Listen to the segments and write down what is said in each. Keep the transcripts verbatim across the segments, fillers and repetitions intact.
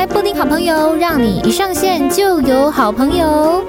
开布丁好朋友，让你一上线就有好朋友。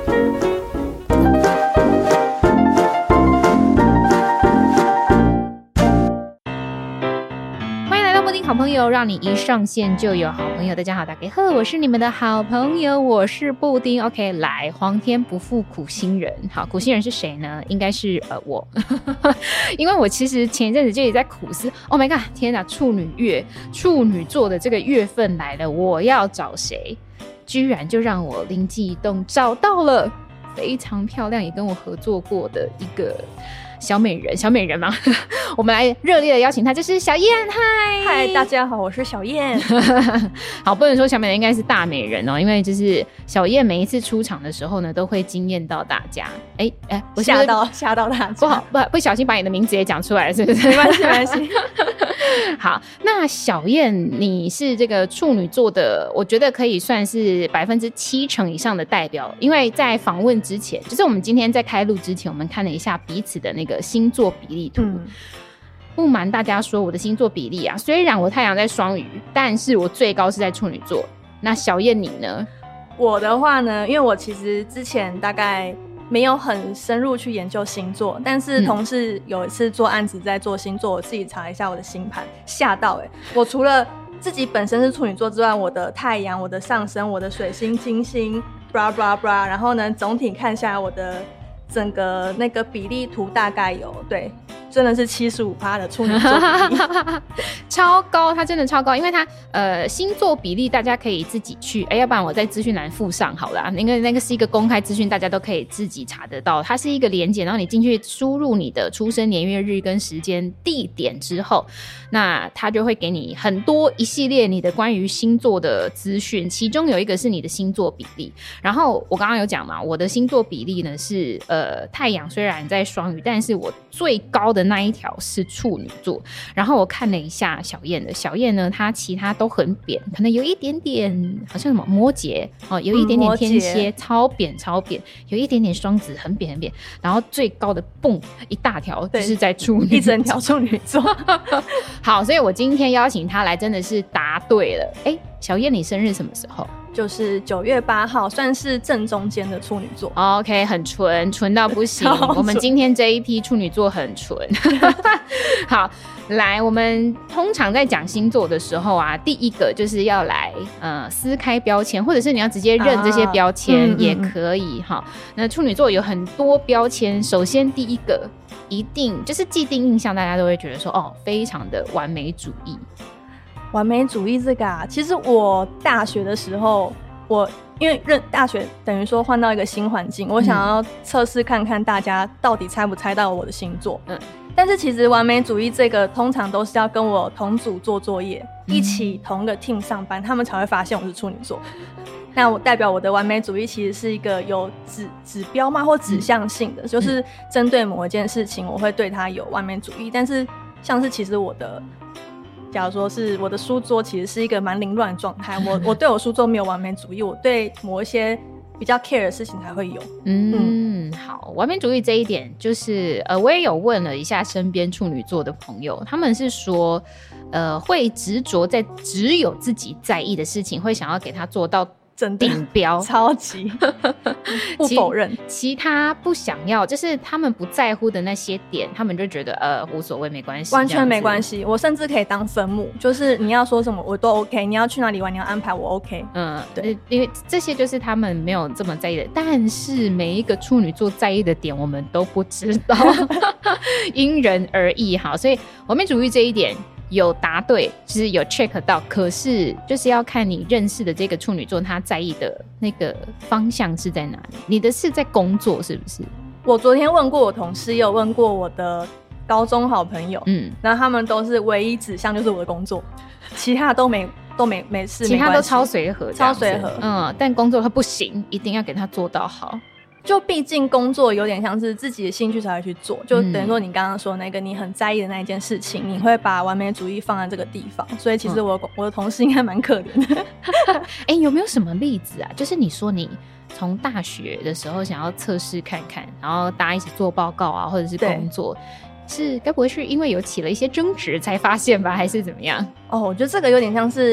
好朋友，让你一上线就有好朋友。大家好，大家好，我是你们的好朋友，我是布丁。OK， 来，皇天不负苦心人。好，苦心人是谁呢？应该是呃我，因为我其实前一阵子就也在苦思。Oh my god， 天哪！处女月，处女座的这个月份来了，我要找谁？居然就让我灵机一动，找到了非常漂亮，也跟我合作过的一个小美人，小美人吗？我们来热烈的邀请她，就是小燕。嗨嗨，大家好，我是小燕。 好，不能说小美人，应该是大美人哦，因为就是小燕每一次出场的时候呢，都会惊艳到大家。哎、欸、哎，我吓到吓到大家， 不好，不不小心把你的名字也讲出来了，是不是？ 没关系，没关系。 好，那小燕，你是这个处女座的，我觉得可以算是百分之七成以上的代表，因为在访问之前，就是我们今天在开录之前，我们看了一下彼此的那个星座比例图。嗯，不瞒大家说，我的星座比例啊，虽然我太阳在双鱼，但是我最高是在处女座。那小燕你呢？ 我的话呢，因为我其实之前大概没有很深入去研究星座，但是同事有一次做案子在做星座，我自己查一下我的星盘，吓到哎、欸！我除了自己本身是处女座之外，我的太阳、我的上升、我的水星、金星 blah blah blah， 然后呢，总体看下来我的整个那个比例图大概有对。真的是 百分之七十五 的处女座比例超高，它真的超高，因为它呃星座比例大家可以自己去，哎，要不然我在资讯栏附上好了、啊，那个那个是一个公开资讯，大家都可以自己查得到，它是一个连结，然后你进去输入你的出生年月日跟时间地点之后，那它就会给你很多一系列你的关于星座的资讯，其中有一个是你的星座比例，然后我刚刚有讲嘛，我的星座比例呢是呃太阳虽然在双鱼，但是我最高的那一条是处女座，然后我看了一下小燕的，小燕呢，她其他都很扁，可能有一点点好像什么摩羯哦，有一点点天蝎、嗯、超扁超扁，有一点点双子很扁很扁，然后最高的蹦一大条就是在处女座， 一整条处女座。 好，所以我今天邀请她来真的是答对了。哎，小燕你生日什么时候？ 就是九月八号，算是正中间的处女座。 OK， 很纯，纯到不行。我们今天这一批处女座很纯。好，来，我们通常在讲星座的时候啊，第一个就是要来呃撕开标签，或者是你要直接认这些标签也可以哈、啊嗯嗯。那处女座有很多标签，首先第一个一定就是既定印象，大家都会觉得说哦，非常的完美主义。 完美主义这个啊，其实我大学的时候，我因为认大学等于说换到一个新环境，我想要测试看看大家到底猜不猜到我的星座。嗯，但是其实完美主义这个通常都是要跟我同组做作业，嗯、一起同个 team 上班，他们才会发现我是处女座。那我代表我的完美主义其实是一个有指指标嘛，或指向性的，嗯、就是针对某一件事情，我会对它有完美主义。但是像是其实我的。假如说是我的书桌其实是一个蛮凌乱的状态，我我对我书桌没有完美主义，我对某一些比较 care 的事情才会有。 嗯，嗯好，完美主义这一点就是呃，我也有问了一下身边处女座的朋友，他们是说呃会执着在只有自己在意的事情，会想要给他做到顶标， 超级不否认其，其他不想要，就是他们不在乎的那些点，他们就觉得呃无所谓，没关系， 完全没关系。我甚至可以当分母，就是你要说什么我都 OK， 你要去哪里玩，你要安排我 OK。 嗯，对，因为这些就是他们没有这么在意的，但是每一个处女座在意的点，我们都不知道，因人而异。好，所以完美主义这一点。有答对，就是有 check 到，可是就是要看你认识的这个处女座他在意的那个方向是在哪里。你的是在工作是不是？ 我昨天问过我同事，也有问过我的高中好朋友，嗯，然后他们都是唯一指向就是我的工作，其他都没都没没事， 其他都超随和， 超随和， 嗯，但工作他不行，一定要给他做到好。 就毕竟工作有点像是自己的兴趣才会去做，就等于说你刚刚说那个你很在意的那一件事情，你会把完美主义放在这个地方，所以其实我、嗯、我的同事应该蛮可怜的。 哎、欸，有没有什么例子啊？就是你说你从大学的时候想要测试看看，然后大家一起做报告啊，或者是工作，是该不会是因为有起了一些争执才发现吧，还是怎么样？ 哦，我觉得这个有点像是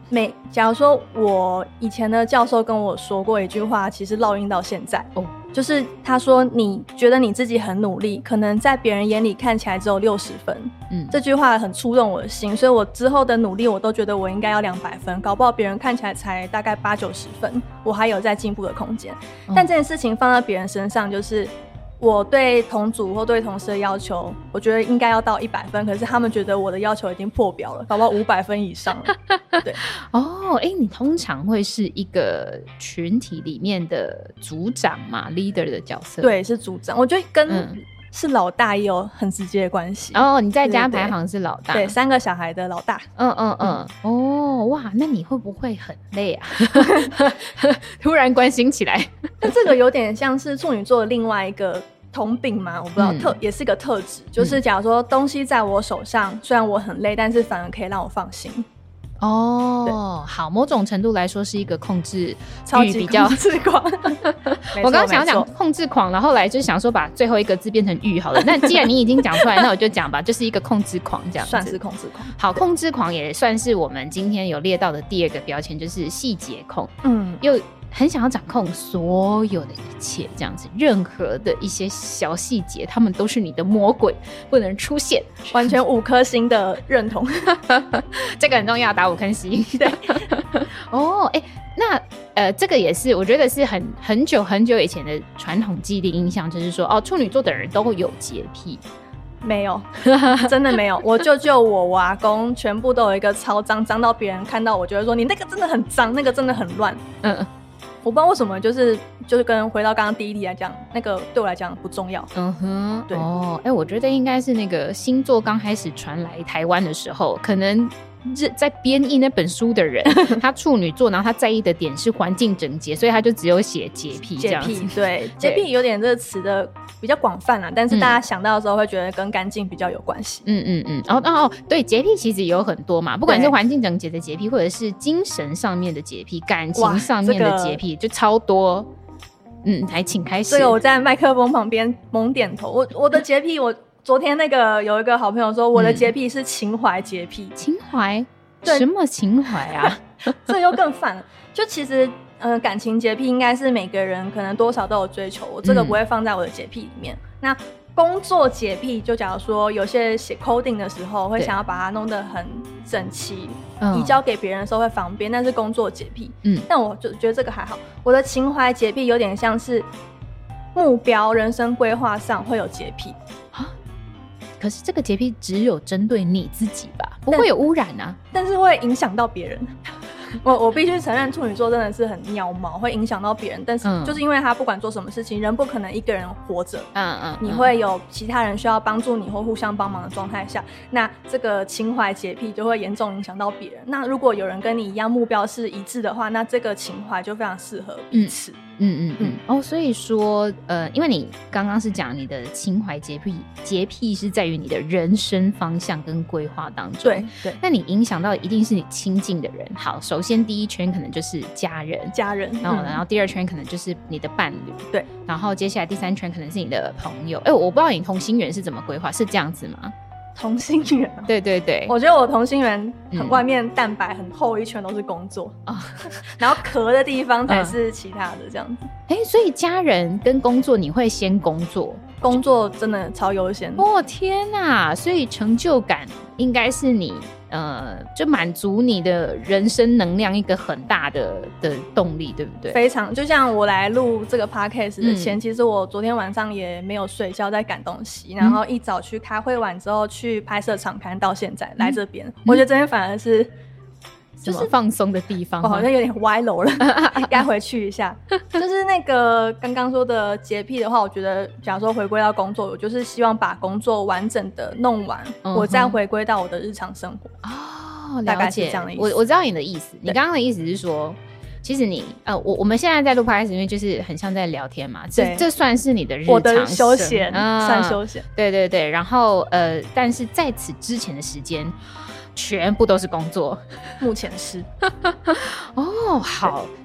每假如说我以前的教授跟我说过一句话，其实烙印到现在哦，就是他说你觉得你自己很努力，可能在别人眼里看起来只有六十分，嗯，这句话很触动我的心，所以我之后的努力我都觉得我应该要两百分，搞不好别人看起来才大概八九十分，我还有在进步的空间。嗯、但这件事情放在别人身上，就是我对同组或对同事的要求，我觉得应该要到一百分，可是他们觉得我的要求已经破表了，搞不好五百分以上了。对， 哦，哎，你通常会是一个群体里面的组长嘛 ，leader 的角色？ 对，是组长。我觉得跟、嗯、是老大也有很直接的关系。 哦，你在家排行是老大， 对，对，三个小孩的老大。 嗯嗯嗯，嗯哦，哇，那你会不会很累啊？突然关心起来。 那这个有点像是处女座的另外一个通病吗？我不知道，嗯、特也是个特质，就是假如说东西在我手上，虽然我很累，但是反而可以让我放心。 哦，好，某种程度来说是一个控制超级比较控制狂。 我刚刚想要讲控制狂，然后后来就想说把最后一个字变成欲好了。那既然你已经讲出来，那我就讲吧，就是一个控制狂这样子。 算是控制狂。 好，控制狂也算是我们今天有列到的第二个标签，就是细节控。嗯，又很想要掌控所有的一切，这样子，任何的一些小细节，他们都是你的魔鬼，不能出现。 完全五颗星的认同， 这个很重要，打五颗星。对，哦，哎、欸，那呃，这个也是我觉得是很很久很久以前的传统既定印象，就是说，哦，处女座的人都有洁癖。 没有，真的没有。我舅舅、我、我阿公全部都有一个超脏，脏到别人看到我就会说：“你那个真的很脏，那个真的很乱。”嗯。我不知道为什么，就是就是跟回到刚刚第一题来讲，那个对我来讲不重要。嗯哼，对哦，哎、欸，我觉得应该是那个星座刚开始传来台湾的时候，可能在编译那本书的人，他处女座，然后他在意的点是环境整洁，所以他就只有写洁癖这样子。 洁癖，对，洁癖有点这个词的比较广泛啦，但是大家想到的时候会觉得跟干净比较有关系。嗯嗯嗯，哦哦，对，洁癖其实也有很多嘛，不管是环境整洁的洁癖，或者是精神上面的洁癖、感情上面的洁癖，这个、就超多。嗯，还请开始。 这个我在麦克风旁边猛点头。我我的洁癖，我昨天那个有一个好朋友说，我的洁癖是情怀洁癖。 情怀？什么情怀啊？ 这又更反了。就其实。呃，感情洁癖应该是每个人可能多少都有追求，我这个不会放在我的洁癖里面。嗯、那工作洁癖，就假如说有些写 coding 的时候，会想要把它弄得很整齐，移交给别人的时候会方便，那是工作洁癖。嗯，但我就觉得这个还好。我的情怀洁癖有点像是目标、人生规划上会有洁癖啊。 可是这个洁癖只有针对你自己吧，不会有污染啊， 但, 但是会影响到别人。我我必须承认，处女座真的是很鸟毛，会影响到别人。但是就是因为他不管做什么事情，人不可能一个人活着，嗯嗯，你会有其他人需要帮助你或互相帮忙的状态下，那这个情怀洁癖就会严重影响到别人。那如果有人跟你一样目标是一致的话，那这个情怀就非常适合彼此。嗯嗯嗯嗯。哦，所以说，呃，因为你刚刚是讲你的情怀洁癖，洁癖是在于你的人生方向跟规划当中。 对对。 那你影响到的一定是你亲近的人。好，首先第一圈可能就是家人， 家人， 然后、嗯、然后第二圈可能就是你的伴侣， 对， 然后接下来第三圈可能是你的朋友。哎，我不知道你同心圆是怎么规划，是这样子吗？ 同心圆、喔， 对对对， 我觉得我同心圆很外面蛋白很厚一圈都是工作啊、嗯，然后壳的地方才是其他的这样子。 哎、嗯，所以家人跟工作你会先工作， 工作真的超优先。 哦天哪，所以成就感应该是你呃，就满足你的人生能量一个很大的的动力，对不对？ 非常，就像我来录这个 podcast 的前、嗯，其实我昨天晚上也没有睡觉，在赶东西，然后一早去开会完之后去拍摄场刊，到现在、嗯、来这边、嗯，我觉得这边反而是。 什么放松的地方、 哦？好像有点歪楼了，该回去一下。就是那个刚刚说的洁癖的话，我觉得假如说回归到工作，我就是希望把工作完整的弄完，嗯、我再回归到我的日常生活。 哦，了解， 大概是这样的意思。 我我知道你的意思，你刚刚的意思是说，其实你呃，我我们现在在录 podcast， 因为就是很像在聊天嘛，这这算是你的日常， 我的休闲、啊，算休闲。 对对对，然后呃，但是在此之前的时间。全部都是工作， 目前是哦，好，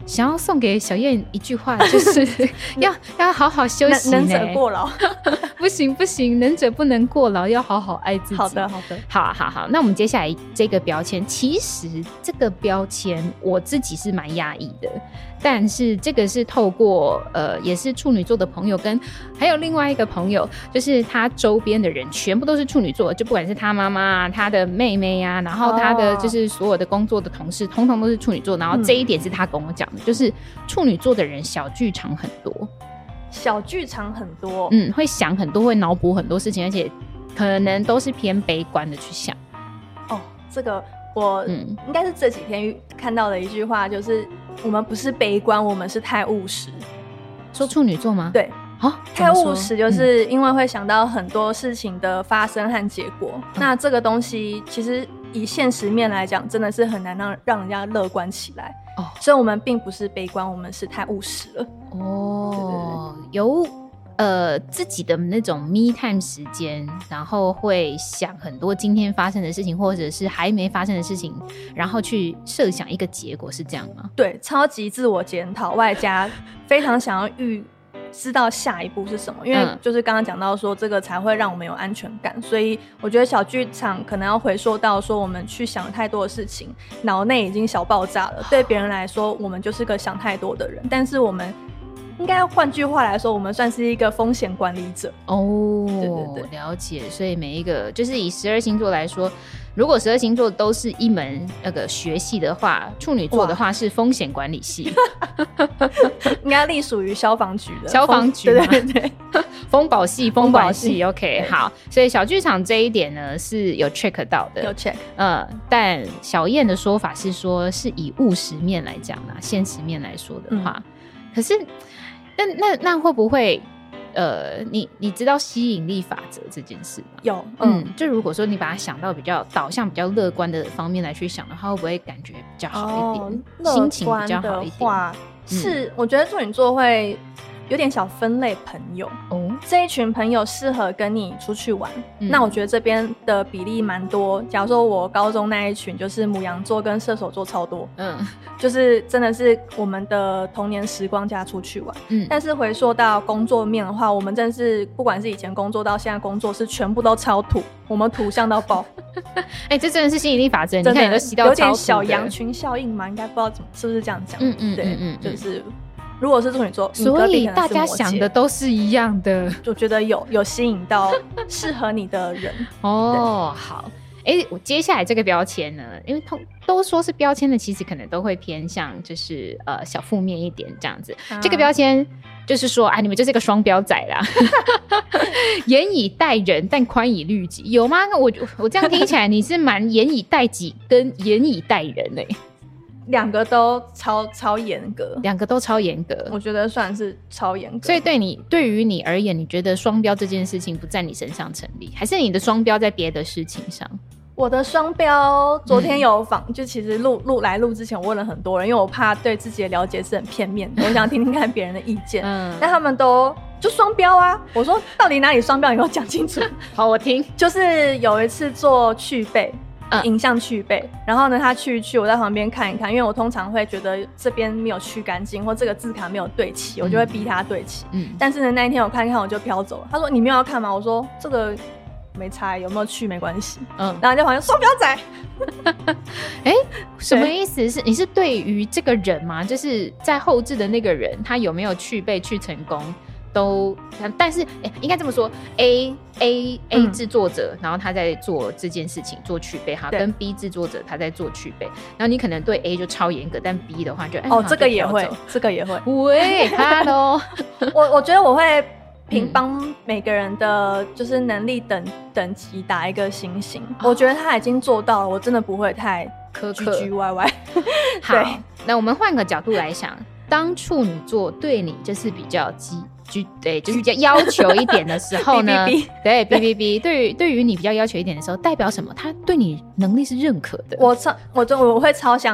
想要送给小燕一句话，就是要要好好休息， 能者过劳不行不行，能者不能过劳，要好好爱自己。 好的好的， 好好好。那我们接下来这个标签，其实这个标签我自己是蛮压抑的，但是这个是透过呃也是处女座的朋友跟还有另外一个朋友，就是他周边的人全部都是处女座，就不管是他妈妈啊，他的妹妹啊，然后他的就是所有的工作的同事，通通都是处女座。然后这一点是他跟我讲的，就是处女座的人小剧场很多， 小剧场很多， 嗯，会想很多，会脑补很多事情，而且可能都是偏悲观的去想。 哦，这个我应该是这几天看到的一句话，就是我们不是悲观，我们是太务实。 说处女座吗？ 对。 哦， 太务实就是因为会想到很多事情的发生和结果，嗯、那这个东西其实以现实面来讲，真的是很难让让人家乐观起来。哦，所以我们并不是悲观，我们是太务实了。 哦，对对对，有呃自己的那种 me time 时间，然后会想很多今天发生的事情，或者是还没发生的事情，然后去设想一个结果，是这样吗？ 对，超级自我检讨，外加非常想要预。知道下一步是什么，因为就是刚刚讲到说这个才会让我们有安全感，所以我觉得小剧场可能要回溯到说我们去想太多的事情，脑内已经小爆炸了。对别人来说，我们就是个想太多的人，但是我们应该换句话来说，我们算是一个风险管理者。 哦， 对对对， 了解。所以每一个就是以十二星座来说，如果十二星座都是一门那个学系的话，处女座的话是风险管理系， 应该隶属于消防局的消防局吗？ 对对对， 风保系，风保系 ，OK， 好。所以小剧场这一点呢是有 check 到的， 有 check。 呃，但小燕的说法是说，是以务实面来讲啦，现实面来说的话，嗯、可是那那那会不会？呃，你你知道吸引力法则这件事吗？ 有， 嗯，嗯就如果说你把它想到比较导向比较乐观的方面来去想的话，会不会感觉比较好一点？哦、心情比较好一点？ 话是，嗯、我觉得处女座会有点小分类朋友哦，这一群朋友适合跟你出去玩。嗯、那我觉得这边的比例蛮多。假如说我高中那一群就是牡羊座跟射手座超多，嗯，就是真的是我们的童年时光加出去玩。嗯，但是回溯到工作面的话，我们真的是不管是以前工作到现在工作，是全部都超土，我们土象到爆。 哎、欸，这真的是吸引力法则，你看你都吸到超土的， 有点小羊群效应嘛，应该不知道怎么是不是这样讲？嗯嗯，对，嗯嗯，就是。如果是处女座， 所以大家想的都是一样的。 我觉得有有吸引到适合你的人哦。好，哎、欸，我接下来这个标签呢，因为都说是标签的，其实可能都会偏向就是呃小负面一点这样子。啊、这个标签就是说，啊，你们就是个双标仔啦，严以待人，但宽以律己，有吗？我我这样听起来，你是蛮严以待己跟严以待人哎、欸。 两个都超超严格， 两个都超严格， 我觉得算是超严格。 所以对你对于你而言，你觉得双标这件事情不在你身上成立，还是你的双标在别的事情上？ 我的双标昨天有访、嗯、就其实录录来录之前我问了很多人，因为我怕对自己的了解是很片面的，我想听听看别人的意见。嗯，但他们都就双标啊，我说到底哪里双标，你给我讲清楚。 好，我听。 就是有一次做去背。影像去背，然后呢，他去一去，我在旁边看一看，因为我通常会觉得这边没有去干净，或这个字卡没有对齐，我就会逼他对齐。嗯，但是呢，那一天我看一看，我就飘走了。他说：“你没有要看吗？”我说：“这个没差，有没有去没关系。”嗯，然后就好像双标仔。 哎、欸，什么意思？是你是对于这个人吗？就是在后置的那个人，他有没有去背去成功？都，但是、欸、应该这么说 ，A A A 制作者、嗯，然后他在做这件事情，做去背哈，跟 B 制作者他在做去背，然后你可能对 A 就超严格，但 B 的话就，欸、 哦，这个也会，这个也会。 喂 ，Hello， 我我觉得我会凭帮每个人的就是能力等等级打一个星星、哦，我觉得他已经做到了，我真的不会太苛刻 G G Y Y。 好，那我们换个角度来想，当处女座对你就是比较激。对，就是比较要求一点的时候呢，对 B B B， 对于对于你比较要求一点的时候，代表什么？他对你能力是认可的。 我超我我我会超相信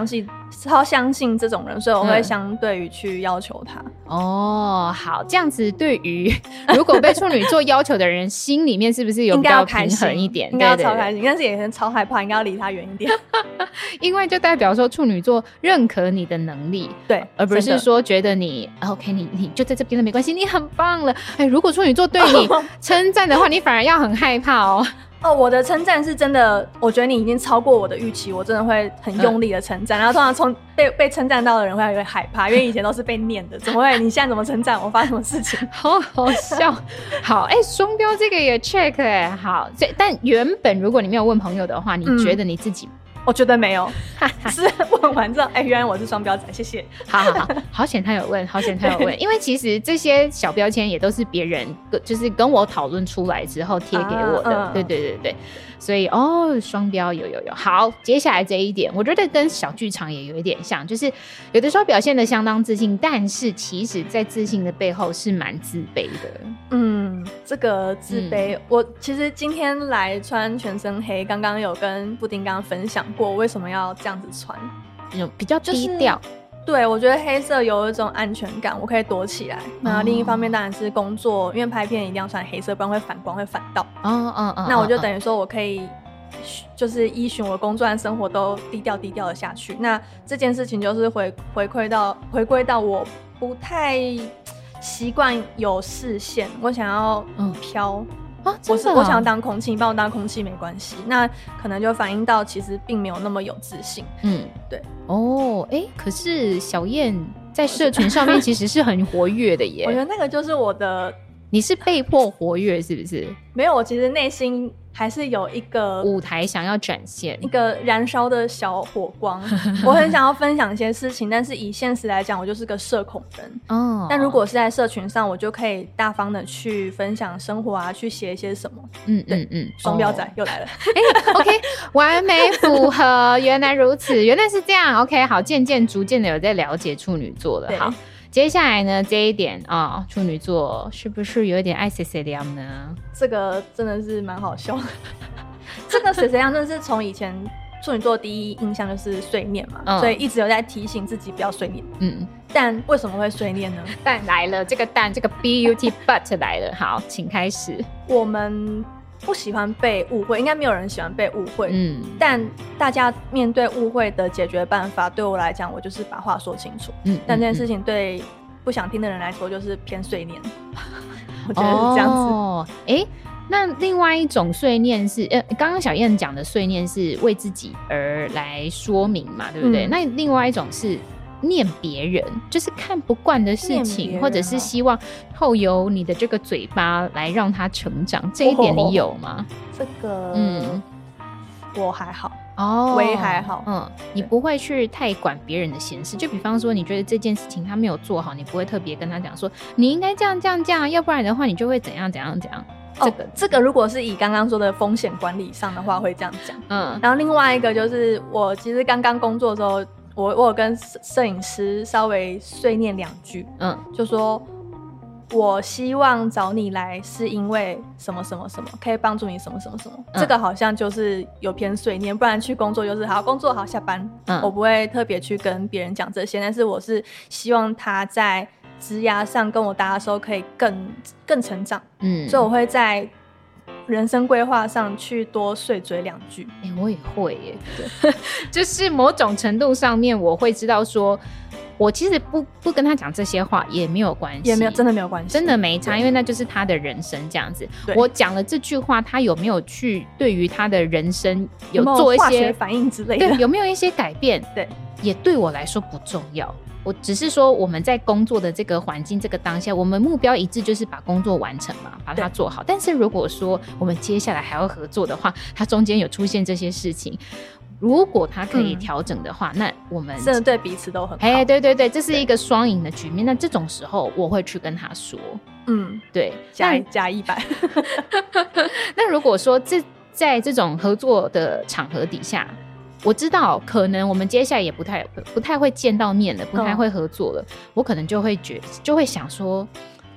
超相信这种人，所以我会相对于去要求他。 嗯、哦，好，这样子对于如果被处女座要求的人，心里面是不是有比较平衡一点？ 应该要超开心，但是也超害怕，应该要离他远一点。 因为就代表说处女座认可你的能力， 对， 而不是说觉得你 OK， 你你就在这边了没关系，你很棒了。哎，如果处女座对你称赞的话，你反而要很害怕哦。 哦，我的称赞是真的，我觉得你已经超过我的预期，我真的会很用力的称赞。嗯、然后通常从被被称赞到的人会有点害怕，因为以前都是被念的，怎么会？你现在怎么称赞我？发生什么事情？ 好好笑。好，哎、欸，双标这个也 check 哎、欸，好，但原本如果你没有问朋友的话，你觉得你自己？嗯我觉得没有，是问完之后，哎、欸，原来我是双标仔，谢谢。 好好好，好险他有问，好险他有问，因为其实这些小标签也都是别人就是跟我讨论出来之后贴给我的，啊嗯、对对对对，所以哦，双标有有有。好，接下来这一点，我觉得跟小剧场也有一点像，就是有的时候表现得相当自信，但是其实在自信的背后是蛮自卑的。 嗯，这个自卑，嗯、我其实今天来穿全身黑，刚刚有跟布丁刚刚分享过为什么要这样子穿， 比较低调。 就是对，我觉得黑色有一种安全感，我可以躲起来。那、哦、另一方面当然是工作，因为拍片一定要穿黑色，不然会反光会反倒。哦哦哦。那我就等于说我可以，就是依循我的工作和生活都低调低调的下去。那这件事情就是回回馈到回归到我不太习惯有视线，我想要飘。嗯啊、我是我想要当空气，你帮我当空气没关系。那可能就反映到其实并没有那么有自信。嗯，对。 哦，哎、欸，可是小燕在社群上面其实是很活跃的耶。 我觉得那个就是我的， 你是被迫活跃是不是？ 没有，我其实内心还是有一个舞台想要展现， 一个燃烧的小火光。我很想要分享一些事情，但是以现实来讲，我就是个社恐人。哦，但如果是在社群上，我就可以大方的去分享生活啊，去写一些什么。嗯嗯嗯，双标仔、哦、又来了。 哎、欸、，OK， 完美符合。原来如此，原来是这样。OK， 好，渐渐逐渐的有在了解处女座了。好。接下来呢，这一点啊、哦，处女座是不是有一点爱谁谁凉呢？ 这个真的是蛮好笑的。这个谁谁凉真的是从以前处女座的第一印象就是碎念嘛、嗯，所以一直有在提醒自己不要碎念。嗯，但为什么会碎念呢？ 但来了，这个但这个 B U T but 来了。好，请开始。 我们不喜欢被误会，应该没有人喜欢被误会。嗯，但大家面对误会的解决办法，对我来讲，我就是把话说清楚。嗯，但这件事情对不想听的人来说，就是偏碎念。我觉得是这样子。哦， 哎、欸，那另外一种碎念是，呃，刚刚小燕讲的碎念是为自己而来说明嘛，对不对？嗯、那另外一种是念别人，就是看不惯的事情，或者是希望透由你的这个嘴巴来让他成长，这一点你有吗？ 哦、这个，嗯，我还好哦，我也还好。 嗯，你不会去太管别人的闲事，就比方说，你觉得这件事情他没有做好，你不会特别跟他讲说，你应该这样这样这样，要不然的话，你就会怎样怎样怎样。这个、 哦、这个如果是以刚刚说的风险管理上的话，会这样讲。嗯，然后另外一个就是我其实刚刚工作的时候。我我有跟摄影师稍微碎念两句，嗯，就说我希望找你来是因为什么什么什么，可以帮助你什么什么什么，嗯、这个好像就是有偏碎念，不然去工作就是好工作好下班，嗯，我不会特别去跟别人讲这些，但是我是希望他在职涯上跟我搭的时候可以更更成长，嗯，所以我会在人生规划上去多碎嘴两句。 哎、欸，我也会耶，对，就是某种程度上面，我会知道说，我其实不不跟他讲这些话也没有关系， 也没有真的没有关系， 真的没差，因为那就是他的人生这样子。我讲了这句话，他有没有去对于他的人生有做一些化学反应之类的？ 对，有没有一些改变？对，也对我来说不重要。我只是说我们在工作的这个环境这个当下，我们目标一致就是把工作完成嘛，把它做好。但是如果说我们接下来还要合作的话，它中间有出现这些事情，如果它可以调整的话、嗯、那我们真的对彼此都很好。 哎，对对对，这是一个双赢的局面。那这种时候我会去跟他说，嗯，对， 加加一百。 那如果说这在这种合作的场合底下，我知道可能我们接下来也不太不太会见到面了，不太会合作了、嗯、我可能就会觉就会想说，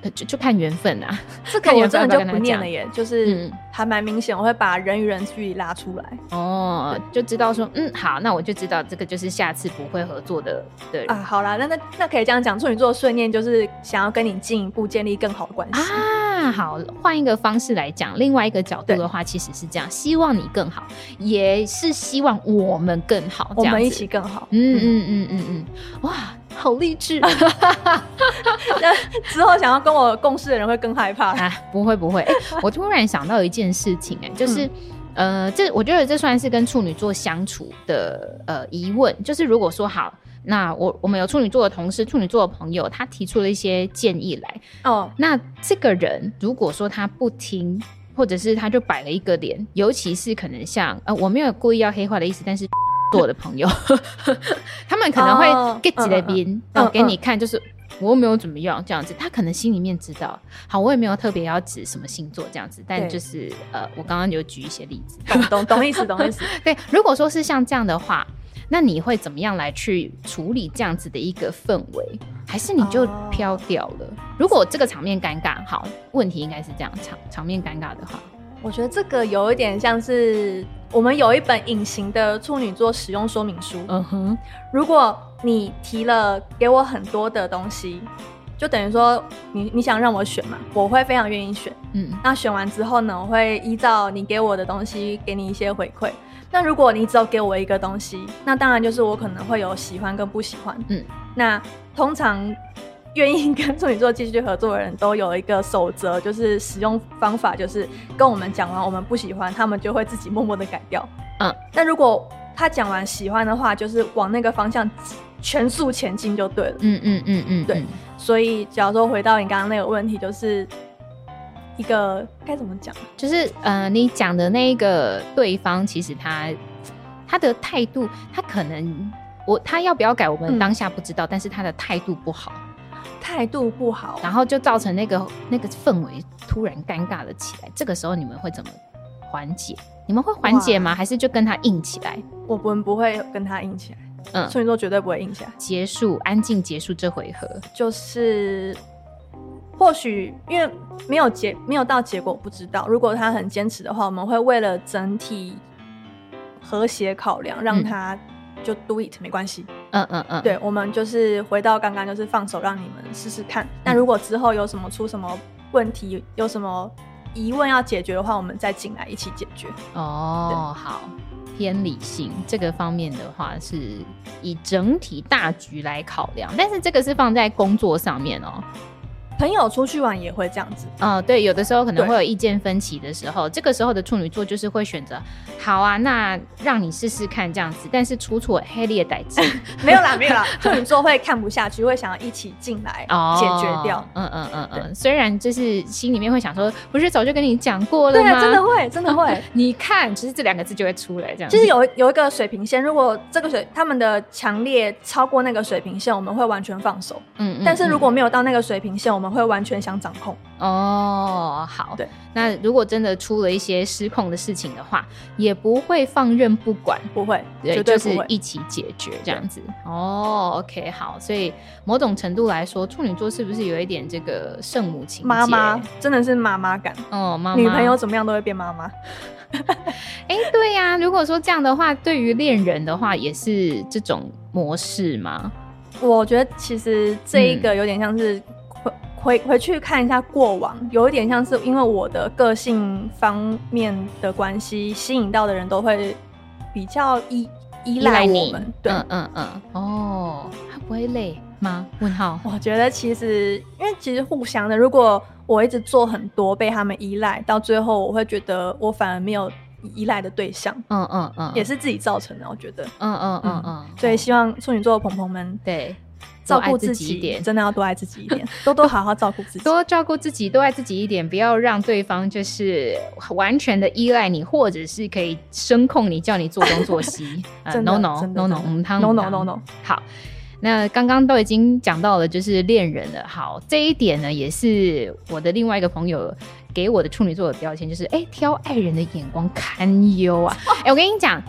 就就看缘分啊。 这个我真的就不念了耶，就是嗯还蛮明显，我会把人与人距离拉出来。 哦，就知道说，嗯，好，那我就知道这个就是下次不会合作的的人啊。好啦，那那那可以这样讲，处女座的顺念就是想要跟你进一步建立更好的关系啊。好，换一个方式来讲，另外一个角度的话，其实是这样，希望你更好，也是希望我们更好， 我们一起更好。 嗯嗯嗯嗯嗯，哇，好励志！ 那之后想要跟我共事的人会更害怕啊？不会不会、欸，我突然想到一件事情、欸，哎，就是。嗯呃，这我觉得这算是跟处女座相处的呃疑问，就是如果说好，那我我们有处女座的同事、处女座的朋友，他提出了一些建议来，哦，那这个人如果说他不听，或者是他就摆了一个脸，尤其是可能像呃，我没有故意要黑化的意思，但是做的朋友，他们可能会 get 在边，然后给你看，就是。我又没有怎么样，这样子，他可能心里面知道。好，我也没有特别要指什么星座这样子，但就是呃，我刚刚有举一些例子， 懂懂懂意思，懂意思。 对，如果说是像这样的话，那你会怎么样来去处理这样子的一个氛围？还是你就飘掉了？哦、如果这个场面尴尬，好，问题应该是这样，场场面尴尬的话， 我觉得这个有一点像是我们有一本隐形的处女座使用说明书。嗯哼，如果你提了给我很多的东西，就等于说你你想让我选嘛，我会非常愿意选。嗯，那选完之后呢，我会依照你给我的东西给你一些回馈。那如果你只有给我一个东西，那当然就是我可能会有喜欢跟不喜欢。嗯，那通常愿意跟处女座继续合作的人都有一个守则，就是使用方法就是跟我们讲完我们不喜欢，他们就会自己默默的改掉。嗯，但如果他讲完喜欢的话，就是往那个方向全速前进就对了。嗯嗯嗯嗯，对。所以假如说回到你刚刚那个问题，就是一个该怎么讲， 就是呃，你讲的那个对方，其实他他的态度，他可能我他要不要改，我们当下不知道，嗯、但是他的态度不好， 态度不好， 然后就造成那个那个氛围突然尴尬了起来。这个时候你们会怎么缓解？你们会缓解吗？还是就跟他硬起来？ 我们不会跟他硬起来。嗯，处女座绝对不会硬起来。 结束，安静结束这回合。 就是或许因为没有结没有到结果不知道，如果他很坚持的话，我们会为了整体和谐考量，让他就 do it、嗯、没关系。嗯嗯嗯，对，我们就是回到刚刚，就是放手让你们试试看。那、嗯、如果之后有什么出什么问题，有什么疑问要解决的话，我们再进来一起解决。 哦，好。偏理性这个方面的话，是以整体大局来考量，但是这个是放在工作上面哦。 朋友出去玩也会这样子， 嗯、呃，对，有的时候可能会有意见分歧的时候，这个时候的处女座就是会选择，好啊，那让你试试看这样子，但是出错黑列代志， 没有啦，没有啦，处女座会看不下去，会想要一起进来解决掉。 嗯嗯嗯嗯，虽然就是心里面会想说，不是早就跟你讲过了吗？ 对啊，真的会，真的会。 你看，其实这两个字就会出来这样子。 其实有有一个水平线，如果这个水他们的强烈超过那个水平线，我们会完全放手。嗯, 嗯, 嗯，但是如果没有到那个水平线，我们会完全想掌控。 哦，好， 对。 那如果真的出了一些失控的事情的话，也不会放任不管， 不会， 对， 绝对不会， 就是一起解决这样子。哦 ，OK， 好，所以某种程度来说，处女座是不是有一点这个圣母情节？ 妈妈真的是妈妈感哦，妈妈， 女朋友怎么样都会变妈妈。 哎、欸，对呀、啊，如果说这样的话，对于恋人的话，也是这种模式吗？ 我觉得其实这一个有点像是。嗯回回去看一下过往，有一点像是因为我的个性方面的关系，吸引到的人都会比较依依赖我们。对， 嗯嗯嗯，哦，他不会累吗？问号。 我觉得其实因为其实互相的，如果我一直做很多被他们依赖，到最后我会觉得我反而没有依赖的对象。嗯嗯嗯，也是自己造成的，我觉得。嗯嗯嗯嗯，所以希望处女座的朋友们对。 照顾自己一点，真的要多爱自己一点，多多好好照顾自己， 多照顾自己，多爱自己一点，不要让对方就是完全的依赖你，或者是可以声控你，叫你做东做西。 呃、no no no no， 嗯，汤 no no no no。 好，那刚刚都已经讲到了，就是恋人了。好，这一点呢，也是我的另外一个朋友给我的处女座的标签，就是哎、欸，挑爱人的眼光堪忧啊。哎、欸，我跟你讲。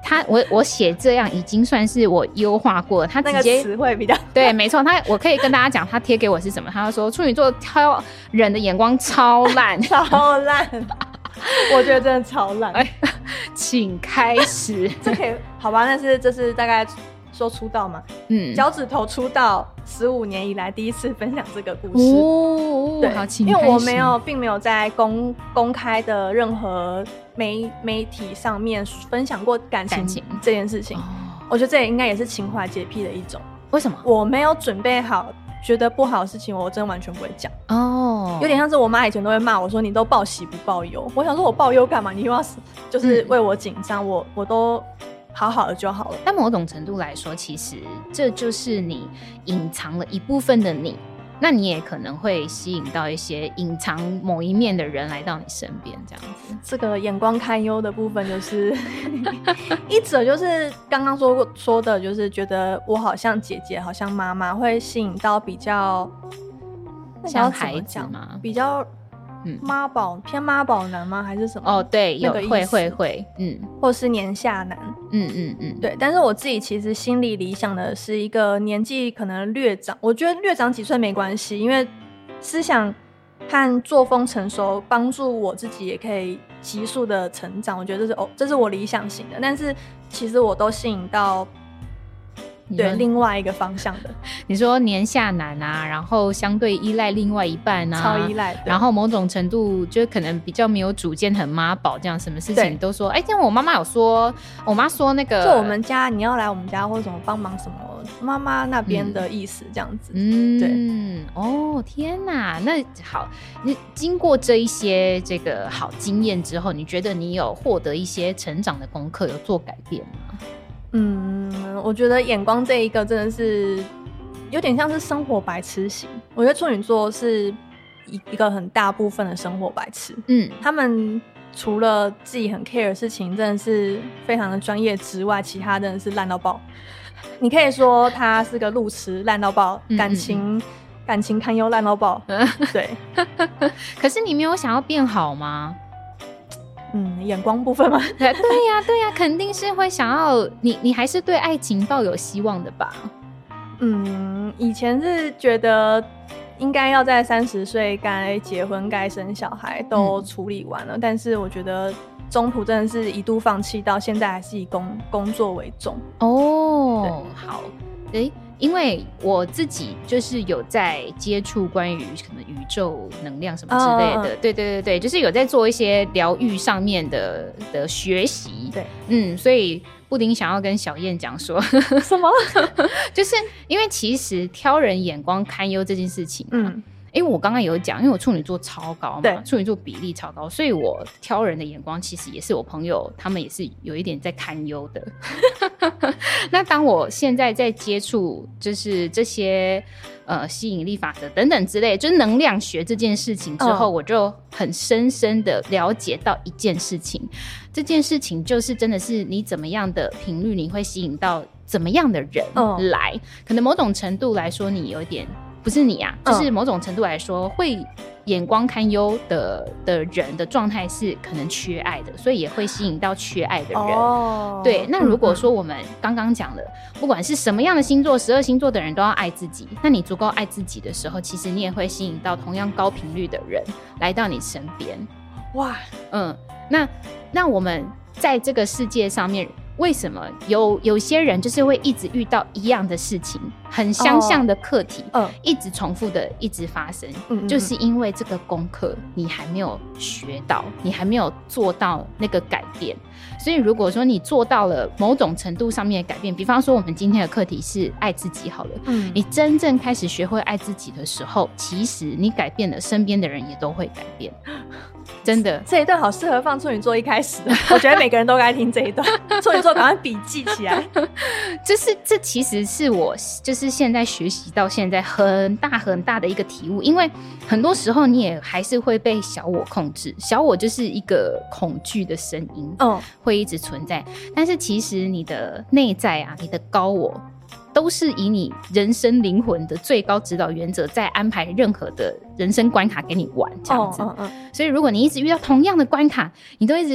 他我我写这样已经算是我优化过了，他直接那个词汇比较对，没错，他我可以跟大家讲，他贴给我是什么？他就说处女座挑人的眼光超烂， 超烂，我觉得真的超烂。 哎，请开始， 这可以好吧？但是这是大概说出道嘛，嗯，脚趾头出道十五年以来第一次分享这个故事哦， 对， 好，请因为我没有，并没有在公公开的任何媒媒体上面分享过感情, 感情这件事情、哦。我觉得这也应该也是情怀洁癖的一种。 为什么？ 我没有准备好，觉得不好的事情，我真的完全不会讲。哦，有点像是我妈以前都会骂我说：“你都报喜不报忧。”我想说，我报忧干嘛？你又要就是为我紧张、嗯，我我都。好好的就好了。 但某种程度来说，其实这就是你隐藏了一部分的你，那你也可能会吸引到一些隐藏某一面的人来到你身边，这样子。 这个眼光堪忧的部分，就是一者就是刚刚说过说的，就是觉得我好像姐姐，好像妈妈，会吸引到比较像孩子吗？ 比较。妈宝偏妈宝男吗？还是什么？ 哦，对，有、那个、会会会，嗯， 或是年下男， 嗯嗯嗯， 对。但是我自己其实心里理想的是一个年纪可能略长，我觉得略长几岁没关系，因为思想和作风成熟，帮助我自己也可以急速的成长。我觉得这是哦，这是我理想型的。但是其实我都吸引到。对，另外一个方向的， 你说年下男啊，然后相对依赖另外一半啊， 超依赖， 然后某种程度就可能比较没有主见，很妈宝，这样什么事情都说，哎，这样我妈妈有说，我妈说那个， 就我们家你要来我们家或者什么帮忙什么，妈妈那边的意思这样子，嗯，对， 哦，天哪，那好，你经过这一些这个好经验之后，你觉得你有获得一些成长的功课，有做改变吗？ 嗯，我觉得眼光这一个真的是有点像是生活白痴型。我觉得处女座是一一个很大部分的生活白痴。嗯，他们除了自己很 care 的事情真的是非常的专业之外，其他真的是烂到爆。你可以说他是个路痴烂到爆，嗯嗯嗯感情感情堪忧烂到爆。对， 可是你没有想要变好吗？ 嗯，眼光部分吗？ 对呀，对呀，肯定是会想要你，你还是对爱情抱有希望的吧？ 嗯，以前是觉得应该要在三十岁该结婚、该生小孩都处理完了，嗯、但是我觉得中途真的是一度放弃，到现在还是以工工作为重。 哦，好，诶。因为我自己就是有在接触关于可能宇宙能量什么之类的， oh, uh, 对对对对，就是有在做一些疗愈上面的的学习，对，嗯，所以布丁想要跟小燕讲说什么？ 就是因为其实挑人眼光堪忧这件事情、啊，嗯。因为我刚刚有讲，因为我处女座超高嘛，处女座比例超高，所以我挑人的眼光其实也是我朋友他们也是有一点在堪忧的。那当我现在在接触就是这些呃吸引力法则等等之类，就是能量学这件事情之后，哦、我就很深深的了解到一件事情，这件事情就是真的是你怎么样的频率，你会吸引到怎么样的人来，哦、可能某种程度来说，你有一点。不是你啊，就是某种程度来说，嗯、会眼光堪忧的的人的状态是可能缺爱的，所以也会吸引到缺爱的人。哦，对。那如果说我们刚刚讲了，嗯、不管是什么样的星座，十二星座的人都要爱自己。那你足够爱自己的时候，其实你也会吸引到同样高频率的人来到你身边。哇，嗯，那那我们在这个世界上面。为什么有有些人就是会一直遇到一样的事情，很相像的课题，哦、一直重复的一直发生，嗯、就是因为这个功课你还没有学到，你还没有做到那个改变。所以如果说你做到了某种程度上面的改变，比方说我们今天的课题是爱自己好了，嗯、你真正开始学会爱自己的时候，其实你改变了，身边的人也都会改变。真的， 这一段好适合放处女座一开始的，我觉得每个人都该听这一段。处女座赶快笔记起来。 就是这其实是我就是现在学习到现在很大很大的一个体悟，因为很多时候你也还是会被小我控制，小我就是一个恐惧的声音，嗯，会一直存在。但是其实你的内在啊，你的高我。都是以你人生灵魂的最高指导原则在安排任何的人生关卡给你玩这样子， oh, uh, uh. 所以如果你一直遇到同样的关卡，你都一直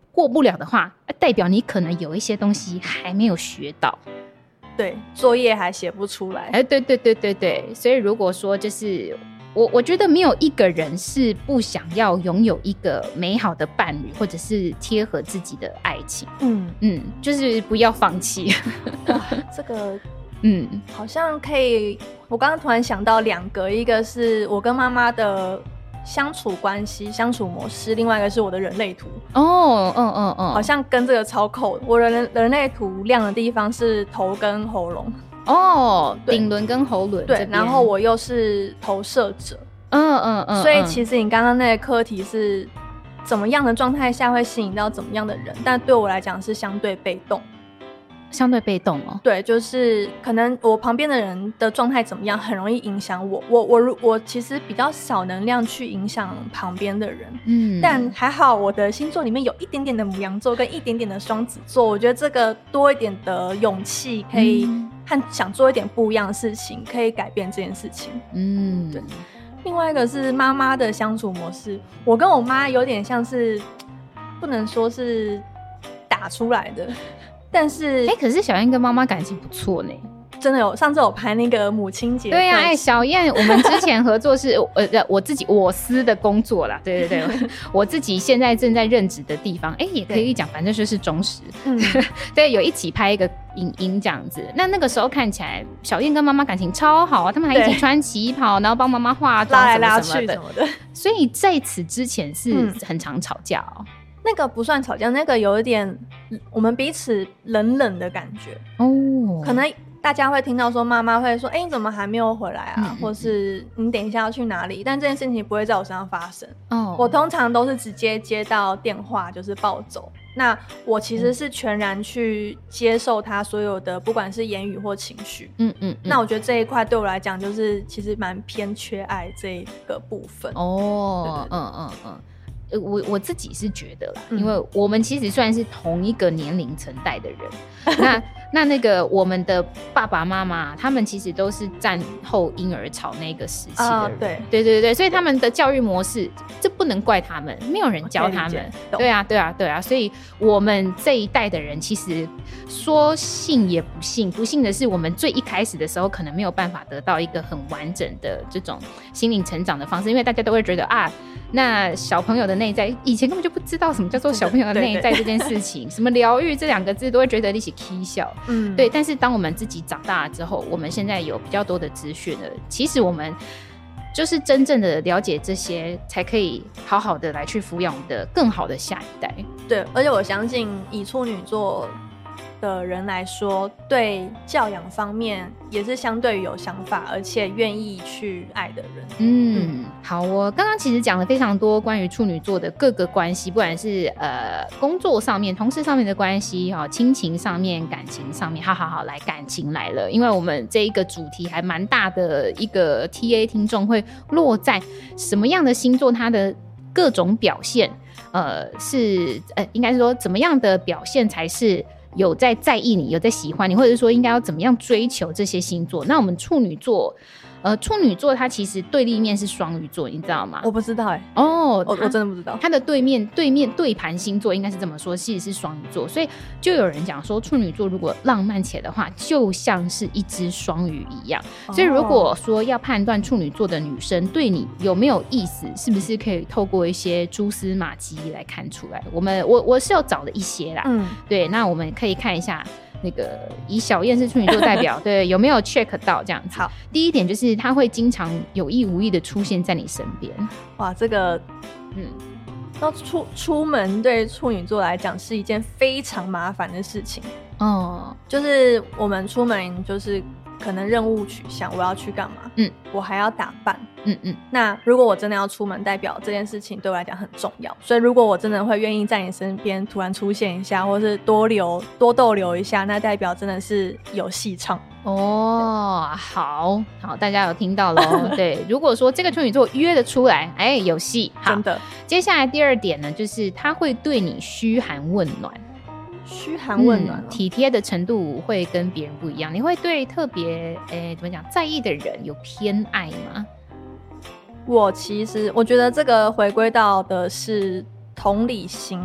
过不了的话，代表你可能有一些东西还没有学到。 对，作业还写不出来。 哎，对对对对对，所以如果说就是我，我觉得没有一个人是不想要拥有一个美好的伴侣，或者是贴合自己的爱情。嗯嗯，就是不要放弃。 哇，这个嗯，好像可以。我刚刚突然想到两个，一个是我跟妈妈的相处关系、相处模式，另外一个是我的人类图。 哦，嗯嗯嗯， 好像跟这个超扣的。我的人人类图亮的地方是头跟喉咙。 哦，顶轮跟喉轮。 对，然后我又是投射者。 嗯嗯嗯， 所以其实你刚刚那个课题是怎么样的状态下会吸引到怎么样的人，但对我来讲是相对被动。 相对被动哦， 对，就是可能我旁边的人的状态怎么样，很容易影响我。我我我其实比较少能量去影响旁边的人，嗯，但还好我的星座里面有一点点的牡羊座跟一点点的双子座，我觉得这个多一点的勇气，可以和想做一点不一样的事情，可以改变这件事情。嗯，对。另外一个是妈妈的相处模式，我跟我妈有点像是，不能说是打出来的。但是， 哎、欸，可是小燕跟妈妈感情不错呢， 真的有。上次我拍那个母亲节， 对呀、啊，哎、欸，小燕，我们之前合作是呃，我自己我司的工作啦，对对对，我自己现在正在任职的地方，哎、欸，也可以讲，反正就是中时，嗯，对，有一起拍一个影音这样子。那那个时候看起来，小燕跟妈妈感情超好啊，他们还一起穿旗袍，然后帮妈妈化妆什么什么的， 什么的。所以在此之前是很常吵架哦。嗯， 那个不算吵架，那个有一点我们彼此冷冷的感觉哦。可能大家会听到说妈妈会说：“哎、欸，你怎么还没有回来啊？”嗯嗯嗯，或是你等一下要去哪里？但这件事情不会在我身上发生哦。我通常都是直接接到电话就是暴走。那我其实是全然去接受他所有的，不管是言语或情绪。嗯嗯, 嗯。那我觉得这一块对我来讲，就是其实蛮偏缺爱这一个部分哦。对对对，嗯嗯嗯。 我我自己是觉得啦，因为我们其实算是同一个年龄层代的人，那那那个我们的爸爸妈妈，他们其实都是战后婴儿潮那个时期的人，啊、对对对对，所以他们的教育模式，这不能怪他们，没有人教他们，对啊对啊对啊，所以我们这一代的人，其实说信也不信，不信的是我们最一开始的时候，可能没有办法得到一个很完整的这种心灵成长的方式，因为大家都会觉得啊。那小朋友的内在，以前根本就不知道什么叫做小朋友的内在这件事情，对对对，什么疗愈这两个字都会觉得一起起笑，嗯，对。但是当我们自己长大了之后，我们现在有比较多的资讯了，其实我们就是真正的了解这些，才可以好好的来去抚养我们的更好的下一代。 对，而且我相信以处女座的人来说，对教养方面也是相对于有想法，而且愿意去爱的人。 嗯，好，我刚刚其实讲了非常多关于处女座的各个关系，不管是呃工作上面、同事上面的关系，哈、哦，亲情上面、感情上面，好好好，来感情来了，因为我们这一个主题还蛮大的一个 T A 听众会落在什么样的星座，它的各种表现，呃，是呃，应该是说怎么样的表现才是。有在在意你，有在喜欢你，或者说应该要怎么样追求这些星座。那我们处女座，呃，处女座它其实对立面是双鱼座，你知道吗？ 我不知道哎、 欸。哦， 我我真的不知道。 它的对面对面对盘星座应该是这么说，其实是双鱼座，所以就有人讲说，处女座如果浪漫起来的话，就像是一只双鱼一样。哦、所以如果说要判断处女座的女生对你有没有意思，是不是可以透过一些蛛丝马迹来看出来？我们我我是有找了一些啦，嗯，对，那我们可以看一下。那个以小燕是处女座代表，对，有没有 check 到这样子？好，第一点就是他会经常有意无意的出现在你身边。 哇，这个，嗯，要出出门对处女座来讲是一件非常麻烦的事情。哦，就是我们出门就是可能任务取向，我要去干嘛？嗯，我还要打扮。嗯嗯，那如果我真的要出门，代表这件事情对我来讲很重要，所以如果我真的会愿意在你身边突然出现一下，或是多留多逗留一下，那代表真的是有戏唱哦。好好，大家有听到咯对，如果说这个处女座约得出来，哎，有戏， 真的。 接下来第二点呢，就是他会对你嘘寒问暖。 嘘寒问暖、哦嗯，体贴的程度会跟别人不一样。你会对特别诶怎么讲在意的人有偏爱吗？ 我其实我觉得这个回归到的是同理心，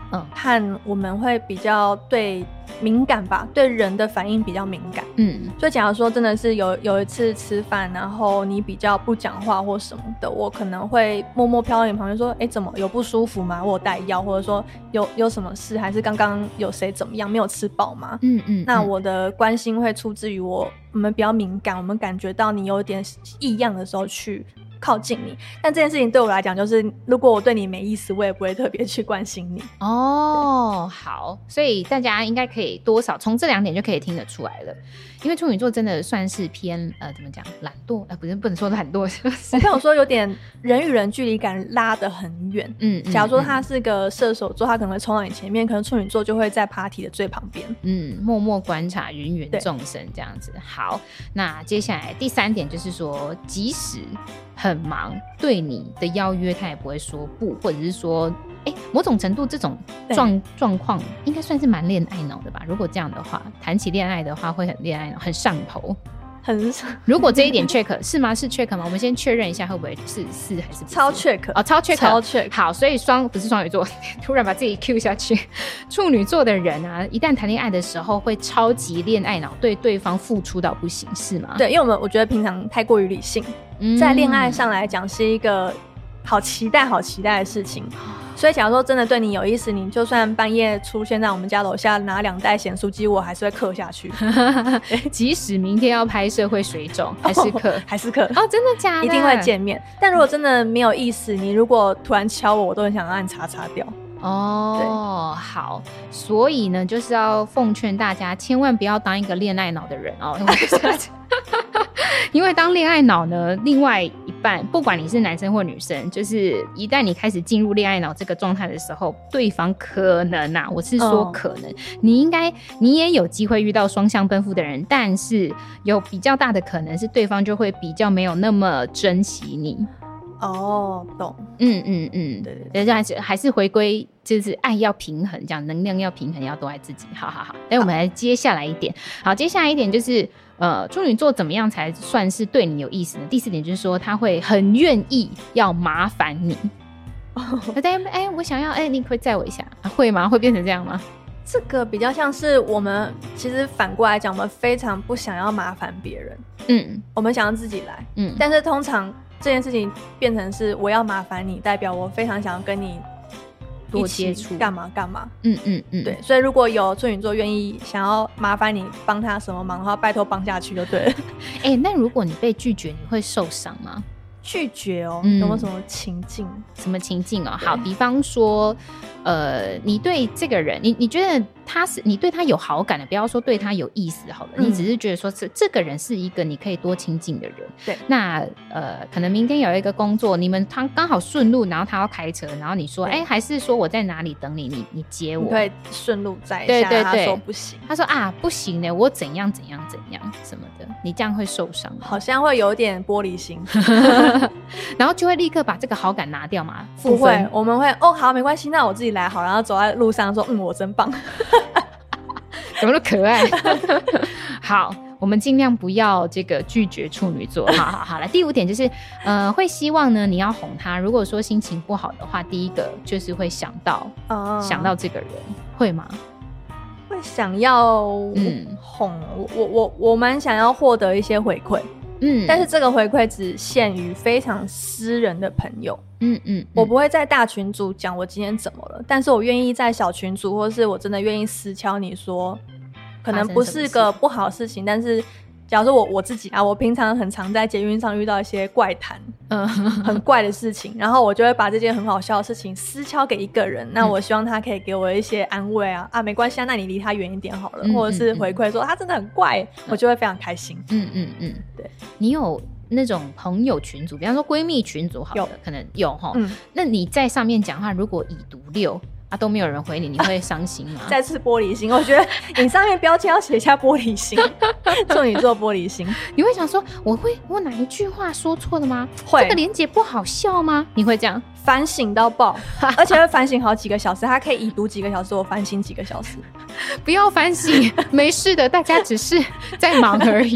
嗯，和我们会比较对敏感吧，对人的反应比较敏感。嗯，所以假如说真的是有有一次吃饭，然后你比较不讲话或什么的，我可能会默默飘到你旁边说，哎，怎么有不舒服吗？我有带药，或者说有有什么事，还是刚刚有谁怎么样，没有吃饱吗？嗯嗯，那我的关心会出自于我我们比较敏感，我们感觉到你有点异样的时候去靠近你，但这件事情对我来讲就是如果我对你没意思，我也不会特别去关心你。 哦，好，所以大家应该可以多少从这两点就可以听得出来了，因为处女座真的算是偏呃怎么讲懒惰，呃不是不能说懒惰，就是我朋友说有点人与人距离感拉得很远。嗯，假如说他是个射手座，他可能会冲到你前面，可能处女座就会在 party 的最旁边， 嗯，默默观察芸芸众生这样子。好，那接下来第三点就是说，即使很忙，对你的邀约他也不会说不，或者是说哎，某种程度这种状状况应该算是蛮恋爱脑的吧。如果这样的话，谈起恋爱的话会很恋爱脑，很上头， 很上。 如果这一点 check 是吗？是 check 吗？我们先确认一下会不会是是还是不是超 check 哦，超 check 超 check。 好，所以双不是双鱼座，突然把自己 cue 下去。处女座的人啊，一旦谈恋爱的时候会超级恋爱脑，对对方付出到不行，是吗？ 对，因为我们我觉得平常太过于理性，嗯、在恋爱上来讲是一个好期待、好期待的事情。所以假如说真的对你有意思，你就算半夜出现在我们家楼下拿两袋咸酥鸡，我还是会嗑下去。 即使明天要拍摄会水肿，还是嗑、哦， 还是嗑。 哦，真的假的？ 一定会见面。但如果真的没有意思，你如果突然敲我，我都很想按叉叉掉。 哦，好，所以呢，就是要奉劝大家，千万不要当一个恋爱脑的人哦。因为当恋爱脑呢，另外一半不管你是男生或女生，就是一旦你开始进入恋爱脑这个状态的时候，对方可能啊，我是说可能、哦、你应该你也有机会遇到双向奔赴的人，但是有比较大的可能是对方就会比较没有那么珍惜你。 哦，懂。 嗯嗯嗯，对对对，还是还是回归，就是爱要平衡，这样能量要平衡，要多爱自己。好好好，那我们来接下来一点。好，接下来一点就是呃，处女座怎么样才算是对你有意思呢？第四点就是说，他会很愿意要麻烦你。哦，哎哎，我想要，哎，你可以载我一下、啊，会吗？会变成这样吗？ 这个比较像是我们其实反过来讲，我们非常不想要麻烦别人，嗯，我们想要自己来，嗯，但是通常这件事情变成是我要麻烦你，代表我非常想要跟你多接触， 干嘛干嘛， 嗯嗯嗯， 对，所以如果有处女座愿意想要麻烦你帮他什么忙的话，拜托帮下去就对了。 哎、欸，那如果你被拒绝，你会受伤吗？ 拒绝哦、嗯，有没有什么情境？ 什么情境哦？好，比方说，呃，你对这个人，你你觉得他是你对他有好感的，不要说对他有意思好了，嗯、你只是觉得说这这个人是一个你可以多亲近的人。 对， 那呃，可能明天有一个工作，你们他刚好顺路，然后他要开车，然后你说，哎、欸，还是说我在哪里等你，你你接我， 你可以顺路载一下。 对对对， 他说不行， 他说啊不行的，我怎样怎样怎样什么的，你这样会受伤， 好像会有点玻璃心。 然后就会立刻把这个好感拿掉嘛？ 不会，我们会哦，好，没关系，那我自己来好，然后走在路上说，嗯，我真棒， 怎么那么可爱？好，我们尽量不要这个拒绝处女座。好好好，来，第五点就是，呃，会希望呢你要哄他。如果说心情不好的话，第一个就是会想到，哦、想到这个人，会吗？ 会想要嗯哄我，我我我蛮想要获得一些回馈。嗯，但是这个回馈只限于非常私人的朋友。嗯 嗯, 嗯，我不会在大群组讲我今天怎么了，但是我愿意在小群组，或是我真的愿意私敲你说，可能不是个不好的事情，但是假如说我我自己啊，我平常很常在捷运上遇到一些怪谈，嗯，很怪的事情，然后我就会把这件很好笑的事情私敲给一个人，那我希望他可以给我一些安慰啊，啊，没关系啊，那你离他远一点好了，嗯、或者是回馈说、嗯、他真的很怪，嗯、我就会非常开心。嗯嗯嗯，对， 你有那种朋友群组，比方说闺蜜群组好了，可能有齁、嗯，那你在上面讲话，如果已读六。啊，都没有人回你，你会伤心吗？ 再次玻璃心，我觉得你上面标签要写下玻璃心，处女座玻璃心。 你会想说，我会我哪一句话说错了吗？ 会， 这个连结不好笑吗？你会这样反省到爆，而且会反省好几个小时，他可以已读几个小时，我反省几个小时。 不要反省，没事的，大家只是在忙而已。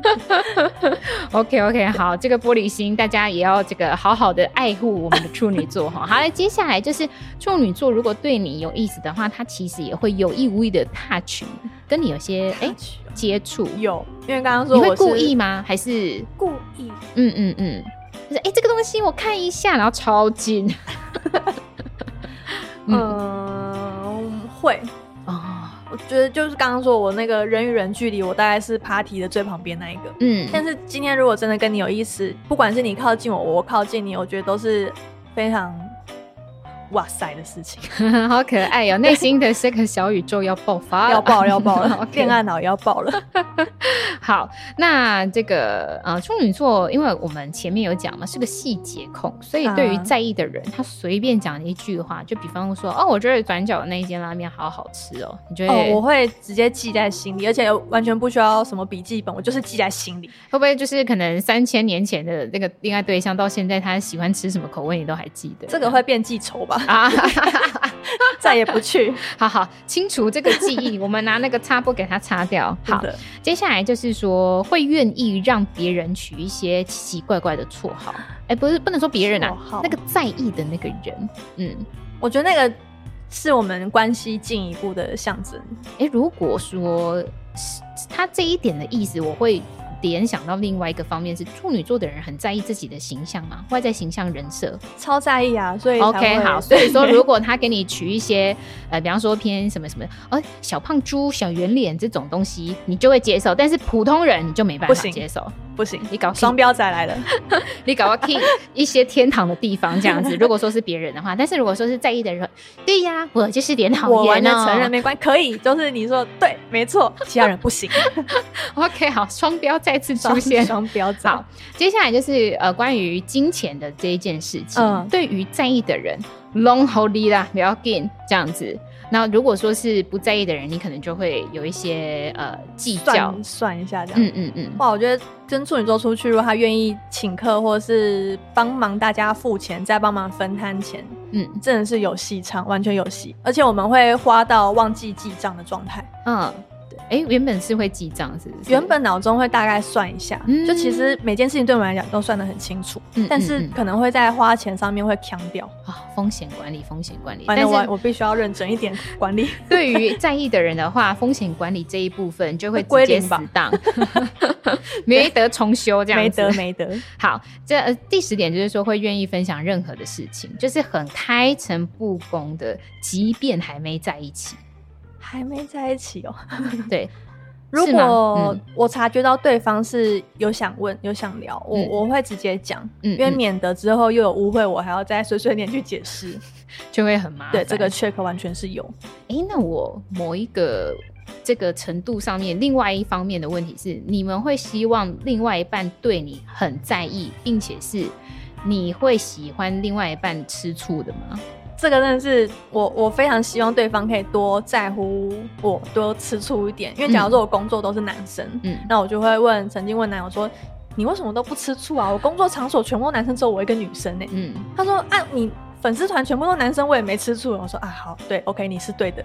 OK OK， 好，这个玻璃心大家也要这个好好的爱护我们的处女座哈。好了，接下来就是处女座，如果对你有意思的话，他其实也会有意无意的 touch 跟你有些哎接触。 有，因为刚刚说你会我是故意吗？还是故意？ 嗯嗯嗯，就是哎、欸、这个东西我看一下，然后超近。 嗯、呃，会哦。 我觉得就是刚刚说我那个人与人距离，我大概是 party 的最旁边那一个。嗯，但是今天如果真的跟你有意思，不管是你靠近我，我靠近你，我觉得都是非常哇塞的事情。 好可爱哦，内心的这个小宇宙要爆发了， 要爆要爆了，恋爱脑也要爆了。 好，那这个呃处女座，因为我们前面有讲嘛，是个细节控，所以对于在意的人，啊、他随便讲一句话，就比方说，哦，我觉得转角的那一间拉面好好吃哦，你觉得？ 哦，我会直接记在心里，而且完全不需要什么笔记本，我就是记在心里。 会不会就是可能三千年前的那个恋爱对象，到现在他喜欢吃什么口味，你都还记得？ 这个会变记仇吧？啊，再也不去。 好好清除这个记忆，我们拿那个擦布给它擦掉。好，接下来就是说会愿意让别人取一些奇奇怪怪的绰号。哎，不是不能说别人啊，那个在意的那个人。嗯， 我觉得那个是我们关系进一步的象征。 哎，如果说他这一点的意思，我会联想到另外一个方面是，处女座的人很在意自己的形象嘛，外在形象人设超在意啊，所以才会 OK 好，所以说如果他给你取一些呃，比方说偏什么什么哦，小胖猪、小圆脸这种东西，你就会接受，但是普通人你就没办法接受。 不行， 你搞双标仔来了， 你搞到 key 一些天堂的地方这样子。如果说是别人的话，但是如果说是在意的人，对呀，我就是脸讨厌、哦， 我完全承认没关系，可以，就是你说对，没错，其他人不行。 OK， 好，双标再次出现， 双标仔。 好，接下来就是呃关于金钱的这一件事情，嗯、对于在意的人 ，long hold 啦，不要紧这样子。那如果说是不在意的人，你可能就会有一些呃计较， 算, 算一下这样。 嗯嗯嗯。 哇，我觉得跟处女座出去，如果他愿意请客或是帮忙大家付钱，再帮忙分摊钱，嗯，真的是有戏唱，完全有戏，而且我们会花到忘记记账的状态。嗯。 哎、欸，原本是会记账，是不是？ 原本脑中会大概算一下、嗯，就其实每件事情对我们来讲都算得很清楚、嗯，但是可能会在花钱上面会呛掉啊，风险管理，风险管理。 反正我我必须要认真一点管理。 对于在意的人的话，风险管理这一部分就会直接死当，没得重修这样子， 没得没得。 好，这、呃、第十点就是说会愿意分享任何的事情，就是很开诚布公的，即便还没在一起。 还没在一起哦， 对。 如果我察觉到对方是有想问、有想聊，我、嗯、我会直接讲、嗯，因为免得之后又有误会，我还要再碎碎念去解释， 就会很麻烦。 对，这个 check 完全是有。 哎、欸，那我某一个这个程度上面，另外一方面的问题是，你们会希望另外一半对你很在意，并且是你会喜欢另外一半吃醋的吗？ 这个真的是我，我非常希望对方可以多在乎我，多吃醋一点。因为假如说我工作都是男生，嗯，那我就会问，曾经问男友说：“你为什么都不吃醋啊？我工作场所全部都男生，只有我一个女生呢、欸。”嗯，他说：“啊，你粉丝团全部都男生，我也没吃醋。”我说：“啊，好，对 ，OK， 你是对的。”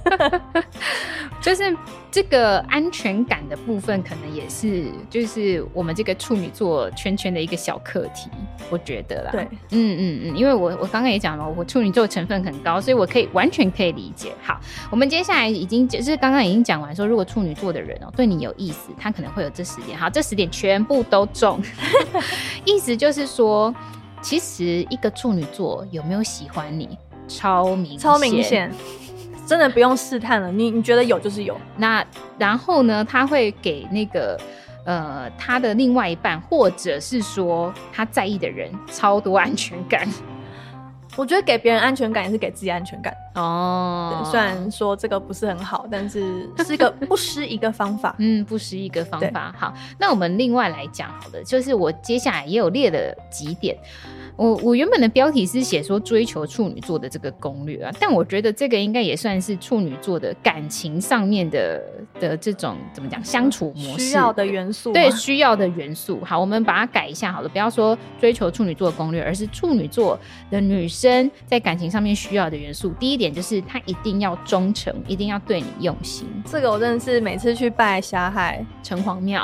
就是这个安全感的部分，可能也是就是我们这个处女座圈圈的一个小课题，我觉得啦。 对， 嗯嗯嗯，因为我我刚刚也讲了，我处女座成分很高，所以我可以完全可以理解。好，我们接下来已经就是刚刚已经讲完说，如果处女座的人哦、喔、对你有意思，他可能会有这十点。好，这十点全部都中，意思就是说，其实一个处女座有没有喜欢你，超明显， 超明显。真的不用试探了，你你觉得有就是有。 那然后呢，他会给那个呃他的另外一半，或者是说他在意的人超多安全感。 我觉得给别人安全感也是给自己安全感哦。 虽然说这个不是很好，但是是一个不失一个方法。 嗯，不失一个方法。好，那我们另外来讲好了，就是我接下来也有列了几点。我我原本的标题是写说追求处女座的这个攻略啊，但我觉得这个应该也算是处女座的感情上面的的这种怎么讲相处模式需要的元素， 对，需要的元素。好，我们把它改一下好了，不要说追求处女座的攻略，而是处女座的女生在感情上面需要的元素。第一点就是她一定要忠诚，一定要对你用心。 这个我真的是每次去拜霞海城隍庙。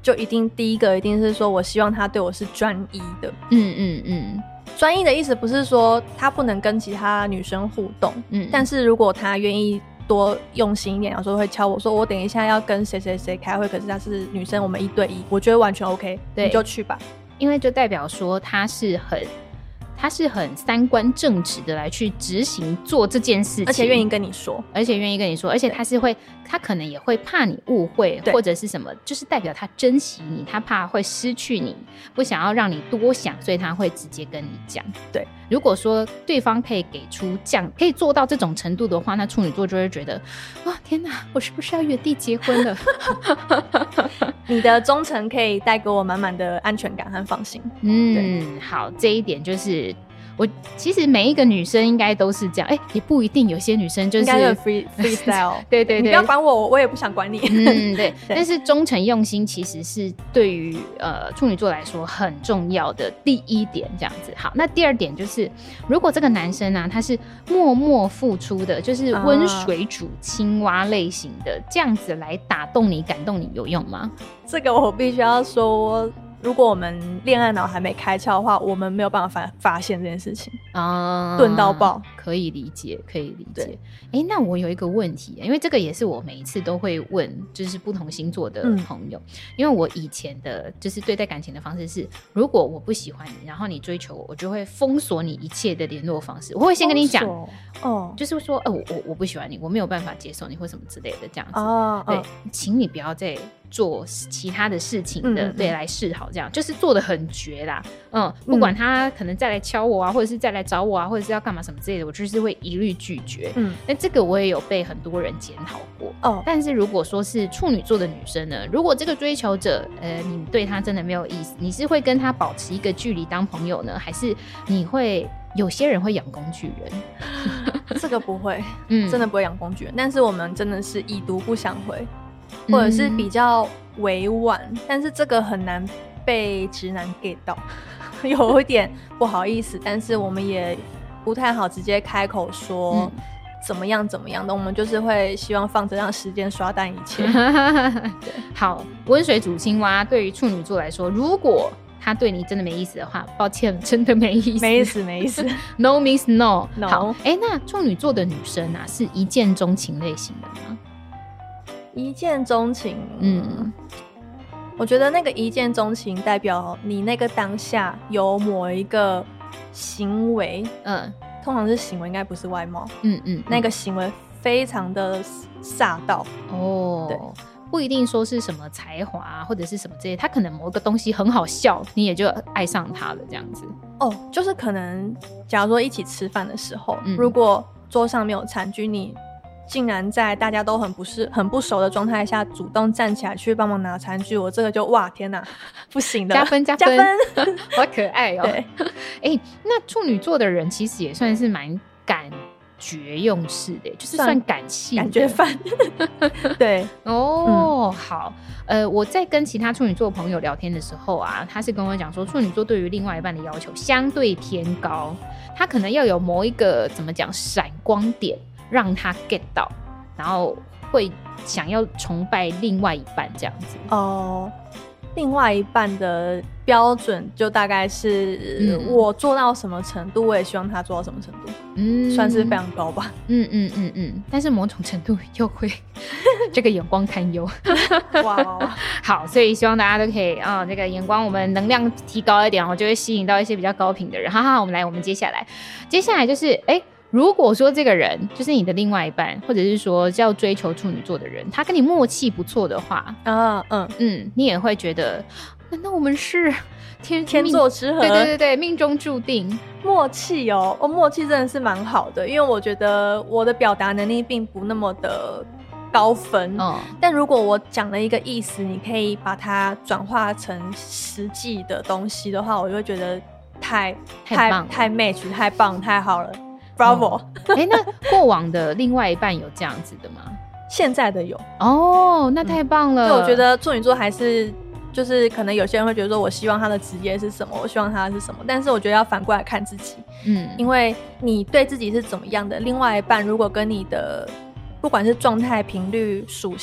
就一定第一个一定是说我希望他对我是专一的。 嗯嗯嗯， 专一的意思不是说他不能跟其他女生互动，嗯，但是如果他愿意多用心一点，有时候会敲我说我等一下要跟谁谁谁开会，可是他是女生，我们一对一，我觉得完全 OK， 你就去吧， 因为就代表说他是很他是很三观正直的来去执行做这件事情， 而且愿意跟你说， 而且愿意跟你说，而且他是会，他可能也会怕你误会或者是什么，就是代表他珍惜你，他怕会失去你，不想要让你多想，所以他会直接跟你讲。 对， 如果说对方可以给出这样，可以做到这种程度的话，那处女座就会觉得，哇，天哪，我是不是要原地结婚了？ 你的忠诚可以带给我满满的安全感和放心。 嗯，好，这一点就是我其实每一个女生应该都是这样，哎、欸，也不一定，有些女生就是应该是 free freestyle， 对对对， 你不要管我，我也不想管你。 嗯，对。但是忠诚用心其实是对于呃处女座来说很重要的第一点，这样子。好，那第二点就是，如果这个男生啊他是默默付出的，就是温水煮青蛙类型的，啊、这样子来打动你、感动你，有用吗？ 这个我必须要说。如果我们恋爱脑还没开窍的话，我们没有办法 发, 发现这件事情啊，钝到爆， 可以理解，可以理解。哎，那我有一个问题，因为这个也是我每一次都会问，就是不同星座的朋友，嗯、因为我以前的就是对待感情的方式是，如果我不喜欢你，然后你追求我，我就会封锁你一切的联络方式，我会先跟你讲，哦，就是说，呃，我我我不喜欢你，我没有办法接受你或什么之类的这样子，哦、对，哦、请你不要再做其他的事情的，嗯、对，来示好。这样就是做得很绝啦，嗯，不管他可能再来敲我啊，或者是再来找我啊，或者是要干嘛什么之类的，我就是会一律拒绝。嗯，那这个我也有被很多人检讨过。哦，但是如果说是处女座的女生呢，如果这个追求者，呃，你对他真的没有意思，你是会跟他保持一个距离当朋友呢，还是你会？有些人会养工具人， 这个不会，嗯，真的不会养工具人。但是我们真的是已读不想回，或者是比较委婉，嗯、但是这个很难。被直男 get 到，有一点不好意思，但是我们也不太好直接开口说怎么样怎么样的，嗯、我们就是会希望放着让时间刷淡一切。 好，温水煮青蛙对于处女座来说，如果他对你真的没意思的话，抱歉，真的没意思， 没意思，没意思。 No means no。 No。 好，哎，那处女座的女生啊，是一见钟情类型的吗？ 一见钟情，嗯。我觉得那个一见钟情代表你那个当下有某一个行为，嗯，通常是行为，应该不是外貌，嗯 嗯, 嗯，那个行为非常的煞到哦，对，不一定说是什么才华、啊、或者是什么之类，他可能某一个东西很好笑，你也就爱上他了这样子。 哦，就是可能假如说一起吃饭的时候，嗯、如果桌上没有餐具，你竟然在大家都很不是很不熟的状态下主动站起来去帮忙拿餐具，我这个就哇天哪，不行的， 加分加分，加分好可爱哦。 对， 哎，那处女座的人其实也算是蛮感觉用事的，就是算感性感觉犯。对哦、嗯，好，呃，我在跟其他处女座朋友聊天的时候啊，他是跟我讲说，处女座对于另外一半的要求相对偏高，他可能要有某一个怎么讲闪光点。让他 get 到，然后会想要崇拜另外一半这样子。哦， 另外一半的标准就大概是、嗯、我做到什么程度，我也希望他做到什么程度，嗯，算是非常高吧。 嗯嗯嗯嗯，但是某种程度又会这个眼光堪忧。哇，好，所以希望大家都可以啊、呃，这个眼光我们能量提高一点，我就会吸引到一些比较高频的人。好好，我们来，我们接下来，接下来就是哎。欸如果说这个人就是你的另外一半，或者是说要追求处女座的人，他跟你默契不错的话，啊，嗯嗯，你也会觉得，难道我们是天天作之合？ 对对对对，命中注定。 默契哦，哦，默契真的是蛮好的，因为我觉得我的表达能力并不那么的高分，嗯，但如果我讲了一个意思，你可以把它转化成实际的东西的话，我就会觉得太太棒太 match 太棒太好了。Bravo！ 哎、欸，那过往的另外一半有这样子的吗？ 现在的有哦，那太棒了。 就、嗯、我觉得处女座还是就是可能有些人会觉得说，我希望他的职业是什么，我希望他是什么，但是我觉得要反过来看自己，嗯，因为你对自己是怎么样的，另外一半如果跟你的不管是状态、频率、属性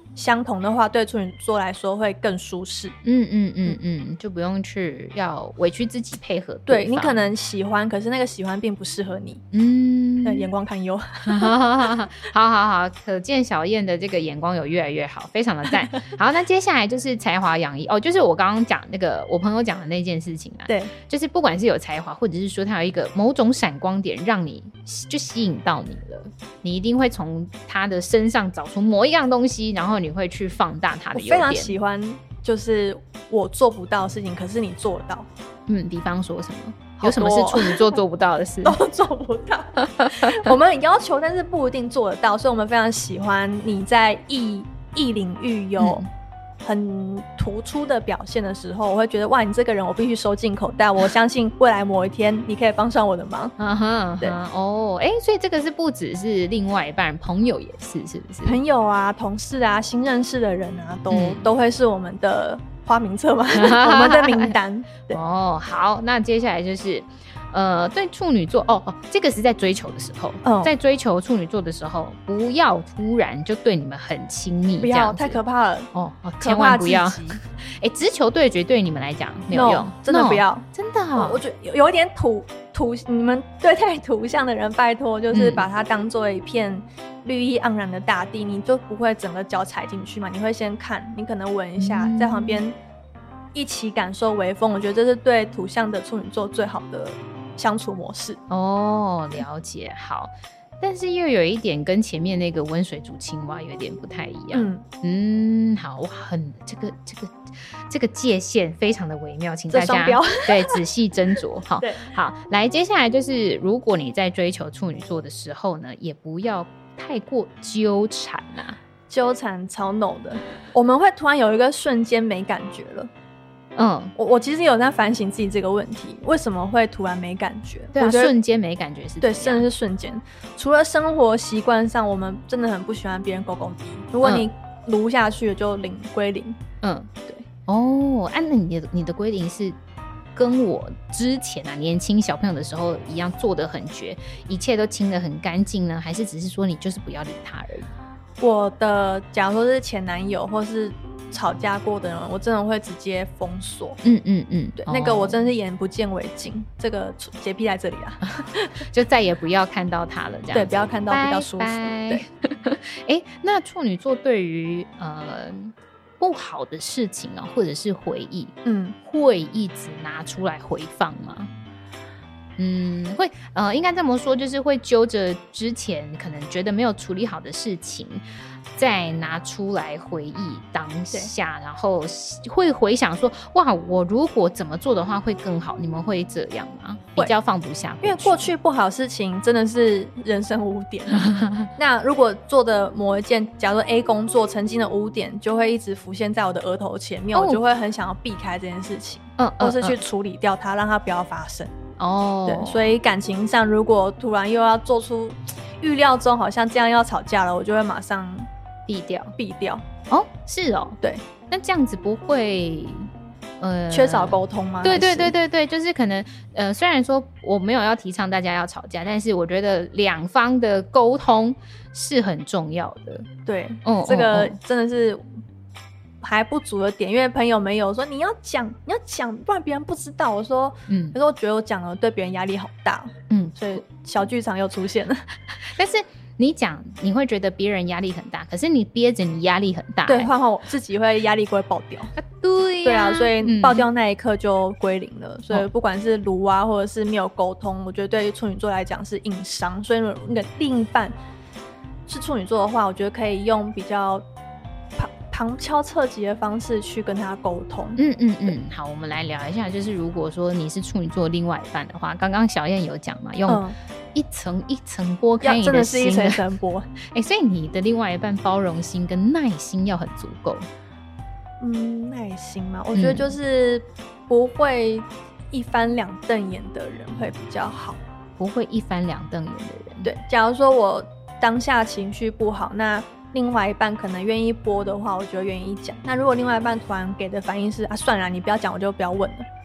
相同的话，对处女座来说会更舒适。 嗯嗯嗯嗯，就不用去要委屈自己配合对， 对方。 你可能喜欢，可是那个喜欢并不适合你。 嗯， 对，眼光堪忧。 好好好，可见小燕的这个眼光有越来越好，非常的赞。好，那接下来就是才华洋溢哦，就是我刚刚讲那个我朋友讲的那件事情啊。 对， 就是不管是有才华，或者是说他有一个某种闪光点，让你就吸引到你了，你一定会从他的身上找出某一样东西，然后你会去放大他的优点。 我非常喜欢，就是我做不到的事情，可是你做得到。 嗯，比方说什么？有什么是处女座做不到的事？ 都做不到。我们很要求，但是不一定做得到，所以我们非常喜欢你在艺艺领域有、嗯。很突出的表现的时候，我会觉得哇，你这个人我必须收进口袋。我相信未来某一天你可以帮上我的忙。 嗯哼，对哦，哎、欸，所以这个是不只是另外一半，朋友也是，是不是？朋友啊、同事啊、新认识的人啊，都、嗯、都会是我们的花名册嘛，我们的名单。对哦，好，那接下来就是。呃，对处女座哦哦，这个是在追求的时候，哦、在追求处女座的时候，不要突然就对你们很亲密， 不要太可怕了哦哦，千万不要。哎，直球对决对你们来讲没有用， no, 真的不要， no, 真的、哦。 我觉得有有一点土土，你们对待土象的人，拜托，就是把它当做一片绿意盎然的大地，嗯、你就不会整个脚踩进去嘛，你会先看，你可能闻一下，嗯、在旁边一起感受微风。我觉得这是对土象的处女座最好的相处模式。 哦，了解。好，但是又有一点跟前面那个温水煮青蛙有点不太一样。嗯嗯，好，很这个这个这个界限非常的微妙，请大家对仔细斟酌。好，好，来，接下来就是如果你在追求处女座的时候呢，也不要太过纠缠啊， 纠缠超 no 的，我们会突然有一个瞬间没感觉了。嗯，我我其实有在反省自己这个问题，为什么会突然没感觉？ 对啊，瞬间没感觉是对，真的是瞬间。除了生活习惯上，我们真的很不喜欢别人勾勾滴。如果你撸下去了，就零归零。嗯，对。 哦，啊，那你的你的归零是跟我之前啊年轻小朋友的时候一样，做得很绝，一切都清得很干净呢，还是只是说你就是不要理他而已？ 我的，假如说是前男友，或是吵架过的人，我真的会直接封锁。嗯嗯嗯，对，哦、那个我真的是眼不见为净，这个洁癖在这里啊， 就再也不要看到他了，这样对，不要看到比较舒服。拜拜对，哎、欸，那处女座对于呃不好的事情啊，或者是回忆，嗯，会一直拿出来回放吗？嗯，会呃，应该这么说，就是会揪着之前可能觉得没有处理好的事情，再拿出来回忆当下，然后会回想说，哇，我如果怎么做的话会更好。你们会这样吗？比较放不下， 因为过去不好的事情真的是人生污点。那如果做的某一件，假如说 A 工作曾经的污点，就会一直浮现在我的额头前面，哦、我就会很想要避开这件事情，嗯，或是去处理掉它，让它不要发生。哦，对，所以感情上如果突然又要做出预料中好像这样要吵架了，我就会马上避掉避掉。 哦，是哦， 对， 那这样子不会呃缺少沟通吗？ 对对对对对，就是可能呃，虽然说我没有要提倡大家要吵架，但是我觉得两方的沟通是很重要的。 对，嗯，这个真的是还不足的点，因为朋友们有说你要讲，你要讲，不然别人不知道。我说，嗯，可是我觉得我讲了对别人压力好大，嗯，所以小剧场又出现了。 但是你讲，你会觉得别人压力很大，可是你憋着，你压力很大、欸。 对，换换我自己会压力会爆掉。 啊对呀、啊， 对啊，所以爆掉那一刻就归零了。嗯、所以不管是卢啊，或者是没有沟通，我觉得对于处女座来讲是硬伤。所以那个另一半是处女座的话，我觉得可以用比较旁敲侧击的方式去跟他沟通。嗯嗯嗯， 好，我们来聊一下，就是如果说你是处女座另外一半的话，刚刚小燕有讲嘛，用一层一层剥开你的心， 真的是一层一层剥。 哎、欸，所以你的另外一半包容心跟耐心要很足够。 嗯，耐心嘛，我觉得就是不会一翻两瞪眼的人会比较好。 不会一翻两瞪眼的人， 对。假如说我当下情绪不好，那另外一半可能愿意播的话，我就愿意讲。那如果另外一半突然给的反应是啊，算了，你不要讲，我就不要问了，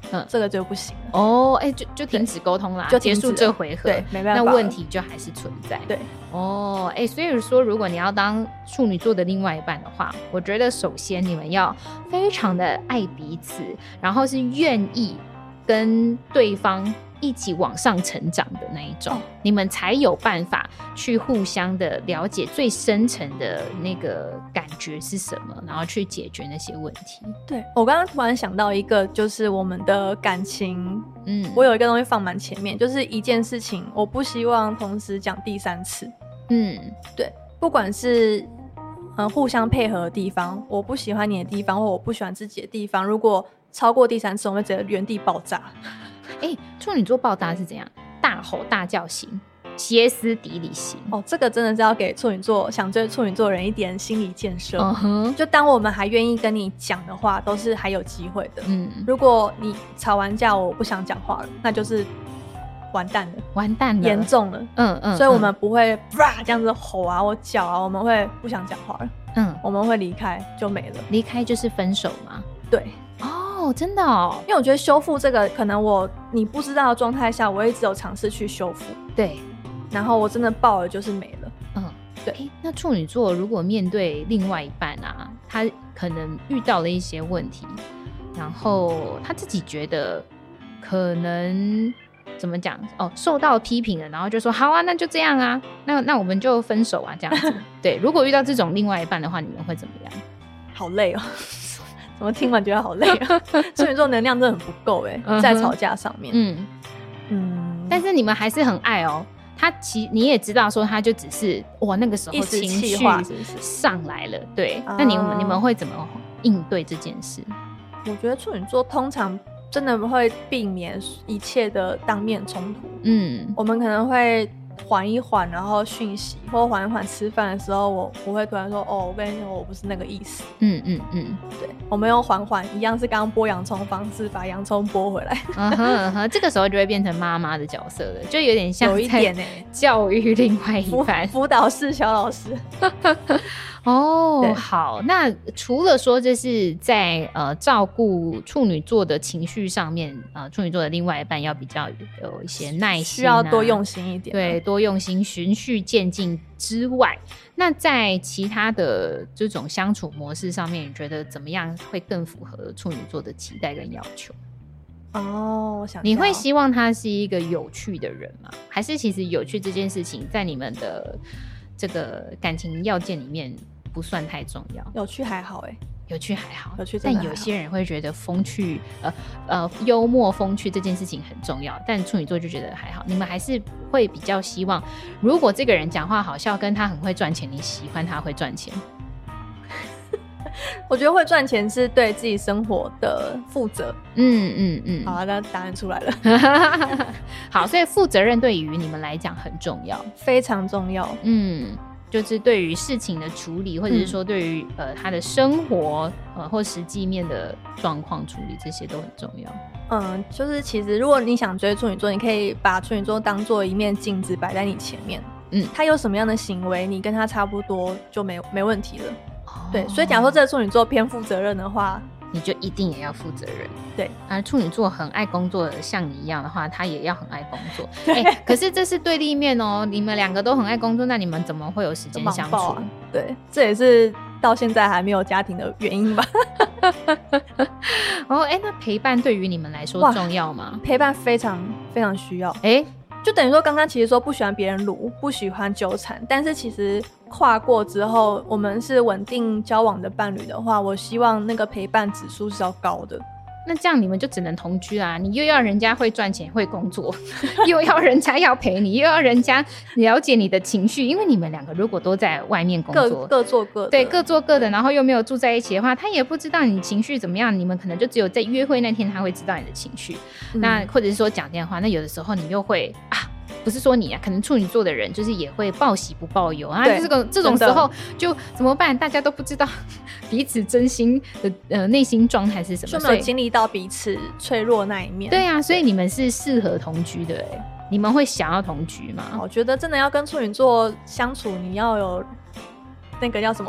嗯，这个就不行了。 哦，哎、欸，就就停止沟通啦，就结束这回合， 对，没办法， 那问题就还是存在。 对， 哦，哎、欸，所以说，如果你要当处女座的另外一半的话，我觉得首先你们要非常的爱彼此，然后是愿意跟对方一起往上成长的那一种、哦、你们才有办法去互相的了解最深层的那个感觉是什么，然后去解决那些问题。 对，我刚刚突然想到一个，就是我们的感情， 嗯， 我有一个东西放蛮前面，就是一件事情我不希望同时讲第三次。 嗯， 对，不管是呃互相配合的地方，我不喜欢你的地方，或我不喜欢自己的地方，如果超过第三次，我们直接原地爆炸。 哎、欸，处女座爆炸是怎样？大吼大叫型，歇斯底里型。 哦，这个真的是要给处女座想追处女座人一点心理建设。 嗯哼， 就当我们还愿意跟你讲的话，都是还有机会的。 嗯， 如果你吵完架，我不想讲话了，那就是完蛋了， 完蛋了， 严重了。 嗯嗯， 所以我们不会啪这样子吼啊，我叫啊，我们会不想讲话了。 嗯， 我们会离开就没了。 离开就是分手吗？ 对。 哦，真的哦， 因为我觉得修复这个，可能我你不知道的状态下，我一直有尝试去修复， 对， 然后我真的爆了就是没了。 嗯， 对。 欸、那处女座如果面对另外一半啊，他可能遇到了一些问题，然后他自己觉得可能怎么讲哦，受到批评了，然后就说好啊，那就这样啊，那那我们就分手啊，这样子。对，如果遇到这种另外一半的话，你们会怎么样？ 好累哦。怎么听完觉得好累啊？处女座能量真的很不够哎、欸，在吵架上面。嗯嗯， 但是你们还是很爱哦。他其你也知道说，他就只是哇那个时候情绪上来了，对。 啊、 那你们你们会怎么应对这件事？ 我觉得处女座通常真的会避免一切的当面冲突。 嗯， 我们可能会缓一缓，然后讯息，或缓一缓吃饭的时候，我我会突然说：“哦，我跟你说，我不是那个意思。” 嗯嗯嗯， 对，我们用缓缓，一样是刚刚剥洋葱方式，把洋葱剥回来。 嗯哼嗯哼，这个时候就会变成妈妈的角色了，就有点像有一点哎， 教育另外一半， 辅导室小老师。 哦，好，那除了说这是在呃照顾处女座的情绪上面，呃，处女座的另外一半要比较有一些耐心、啊， 需要多用心一点， 对，多用心、循序渐进之外，那在其他的这种相处模式上面，你觉得怎么样会更符合处女座的期待跟要求？ 哦，我想你会希望他是一个有趣的人吗？还是其实有趣这件事情在你们的这个感情要件里面不算太重要？ 有趣还好哎、欸， 有趣还好， 有趣真的还好。 但有些人会觉得风趣，呃呃，幽默风趣这件事情很重要，但处女座就觉得还好。你们还是会比较希望，如果这个人讲话好笑，跟他很会赚钱，你喜欢他会赚钱？ 我觉得会赚钱是对自己生活的负责。 嗯嗯嗯。 好啊，那答案出来了。 好，所以负责任对于你们来讲很重要， 非常重要。 嗯。就是对于事情的处理，或者是说对于、嗯、呃他的生活呃或实际面的状况处理，这些都很重要。 嗯，就是其实如果你想追处女座，你可以把处女座当做一面镜子摆在你前面。嗯，他有什么样的行为，你跟他差不多就没没问题了。哦、对，所以假如说这个处女座偏负责任的话， 你就一定也要负责任。 对， 而处女座很爱工作的，像你一样的话，他也要很爱工作。哎、欸，可是这是对立面哦，你们两个都很爱工作，那你们怎么会有时间相处、啊？ 对，这也是到现在还没有家庭的原因吧。 哦，哎、欸，那陪伴对于你们来说重要吗？ 陪伴非常非常需要。 哎、欸， 就等于说刚刚其实说不喜欢别人撸，不喜欢纠缠，但是其实跨过之后，我们是稳定交往的伴侣的话，我希望那个陪伴指数是要高的。 那这样你们就只能同居啦，你又要人家会赚钱会工作，又要人家要陪你，又要人家了解你的情绪，因为你们两个如果都在外面工作， 各各做各的， 对，各做各的，然后又没有住在一起的话，他也不知道你情绪怎么样，你们可能就只有在约会那天他会知道你的情绪、嗯、那或者是说讲电话，那有的时候你又会啊，不是说你啊，可能处女座的人就是也会报喜不报忧啊，这个这种时候就怎么办？大家都不知道彼此真心的呃内心状态是什么， 就没有经历到彼此脆弱那一面。 对啊，所以你们是适合同居的、欸，你们会想要同居吗？ 我觉得真的要跟处女座相处，你要有那个叫什么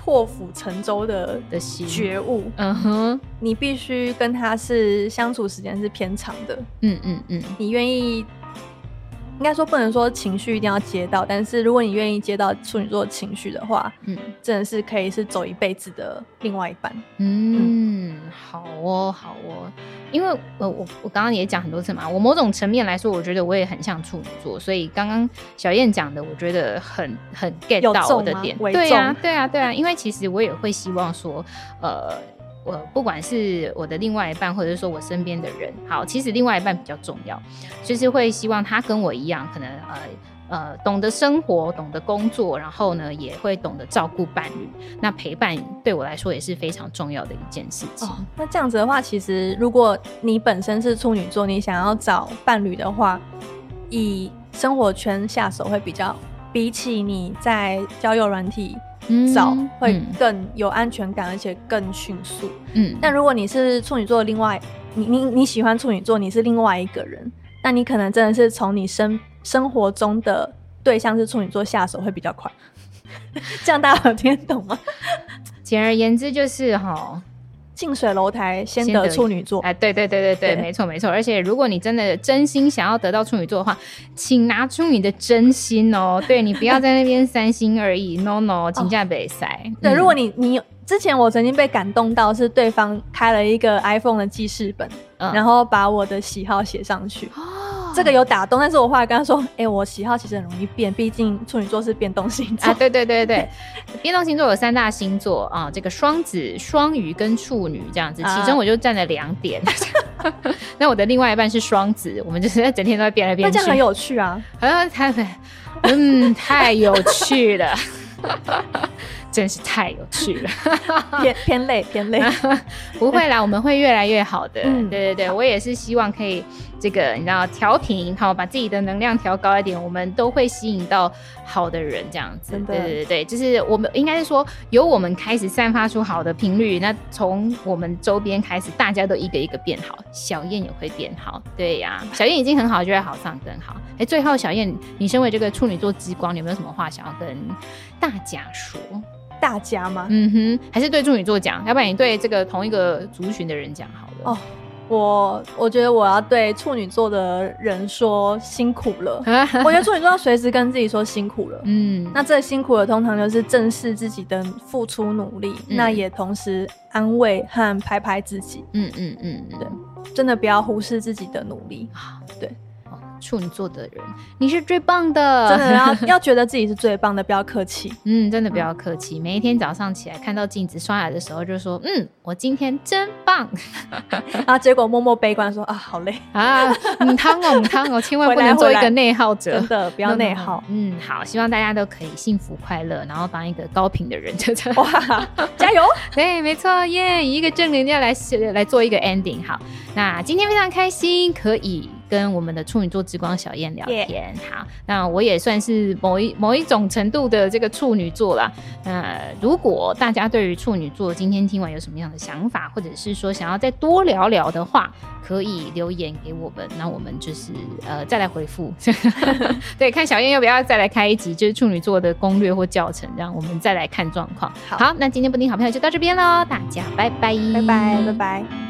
破釜沉舟的的心觉悟。 嗯哼， 你必须跟他是相处时间是偏长的。 嗯嗯嗯， 你愿意，应该说不能说情绪一定要接到，但是如果你愿意接到处女座的情绪的话，嗯，真的是可以是走一辈子的另外一半。 嗯，嗯好哦，好哦。因为我我我刚刚也讲很多次嘛，我某种层面来说，我觉得我也很像处女座，所以刚刚小燕讲的，我觉得很很 get 到我的点。对啊，对啊，对啊，因为其实我也会希望说，呃。我不管是我的另外一半，或者是说我身边的人，好，其实另外一半比较重要，就是会希望他跟我一样，可能呃呃懂得生活，懂得工作，然后呢也会懂得照顾伴侣。那陪伴对我来说也是非常重要的一件事情。哦， 那这样子的话，其实如果你本身是处女座，你想要找伴侣的话，以生活圈下手会比较，比起你在交友软体找会更有安全感，而且更迅速。嗯，但如果你是处女座的另外，你你你喜欢处女座，你是另外一个人，那你可能真的是从你生生活中的对象是处女座下手会比较快。这样大家有听得懂吗？ 简而言之就是哈。 近水楼台先得处女座。 哎，对对对对 对, 对，没错没错。而且如果你真的真心想要得到处女座的话，请拿出你的真心哦。对，你不要在那边三心二意，no no， 请假北塞。 对，嗯，如果你你之前我曾经被感动到，是对方开了一个 iPhone 的记事本，嗯，然后把我的喜好写上去。哦，这个有打动，但是我后来跟他说，哎，欸，我喜好其实很容易变，毕竟处女座是变动星座。啊， 对对对对，变动星座有三大星座啊，这个双子、双鱼跟处女这样子，其中我就占了两点。啊，那我的另外一半是双子，我们就是整天都在变来变去。 那这样很有趣啊， 啊，太嗯，太有趣了。真是太有趣了。 偏偏累偏累。 不会啦，我们会越来越好的。嗯，对对对，我也是希望可以这个你知道调频，好，把自己的能量调高一点，我们都会吸引到好的人这样子。对对对对，就是我们应该是说由我们开始散发出好的频率，那从我们周边开始大家都一个一个变好，小燕也会变好。对呀，啊，小燕已经很好，就会好上更好。哎，最后小燕，你身为这个处女座之光，你有没有什么话想要跟大家说？ 大家吗？ 嗯哼，还是对处女座讲，要不然你对这个同一个族群的人讲好了。 哦，我我觉得我要对处女座的人说辛苦了。我觉得处女座要随时跟自己说辛苦了。嗯，那这辛苦的通常就是正视自己的付出努力，嗯，那也同时安慰和拍拍自己。嗯嗯嗯，对，真的不要忽视自己的努力。对。 处女座的人，你是最棒的， 真的要要觉得自己是最棒的，不要客气。 嗯，真的不要客气。嗯，每一天早上起来看到镜子刷牙的时候，就说嗯，我今天真棒。 然后结果默默悲观说啊，好累啊，母汤哦母汤哦，千万不能做一个内耗者， 真的不要内耗。 嗯，好，希望大家都可以幸福快乐，然后当一个高频的人。 哇，加油！对， 没错耶，以一个正能量来来做一个 ending。好，那今天非常开心，可以跟我们的处女座之光小燕聊天。Yeah. 好，那我也算是某一某一种程度的这个处女座啦。那如果大家对于处女座今天听完有什么样的想法，或者是说想要再多聊聊的话，可以留言给我们，那我们就是呃再来回复。对，看小燕要不要再来开一集，就是处女座的攻略或教程，让我们再来看状况。好，好，那今天布丁好朋友就到这边咯，大家拜拜， 拜拜，拜拜。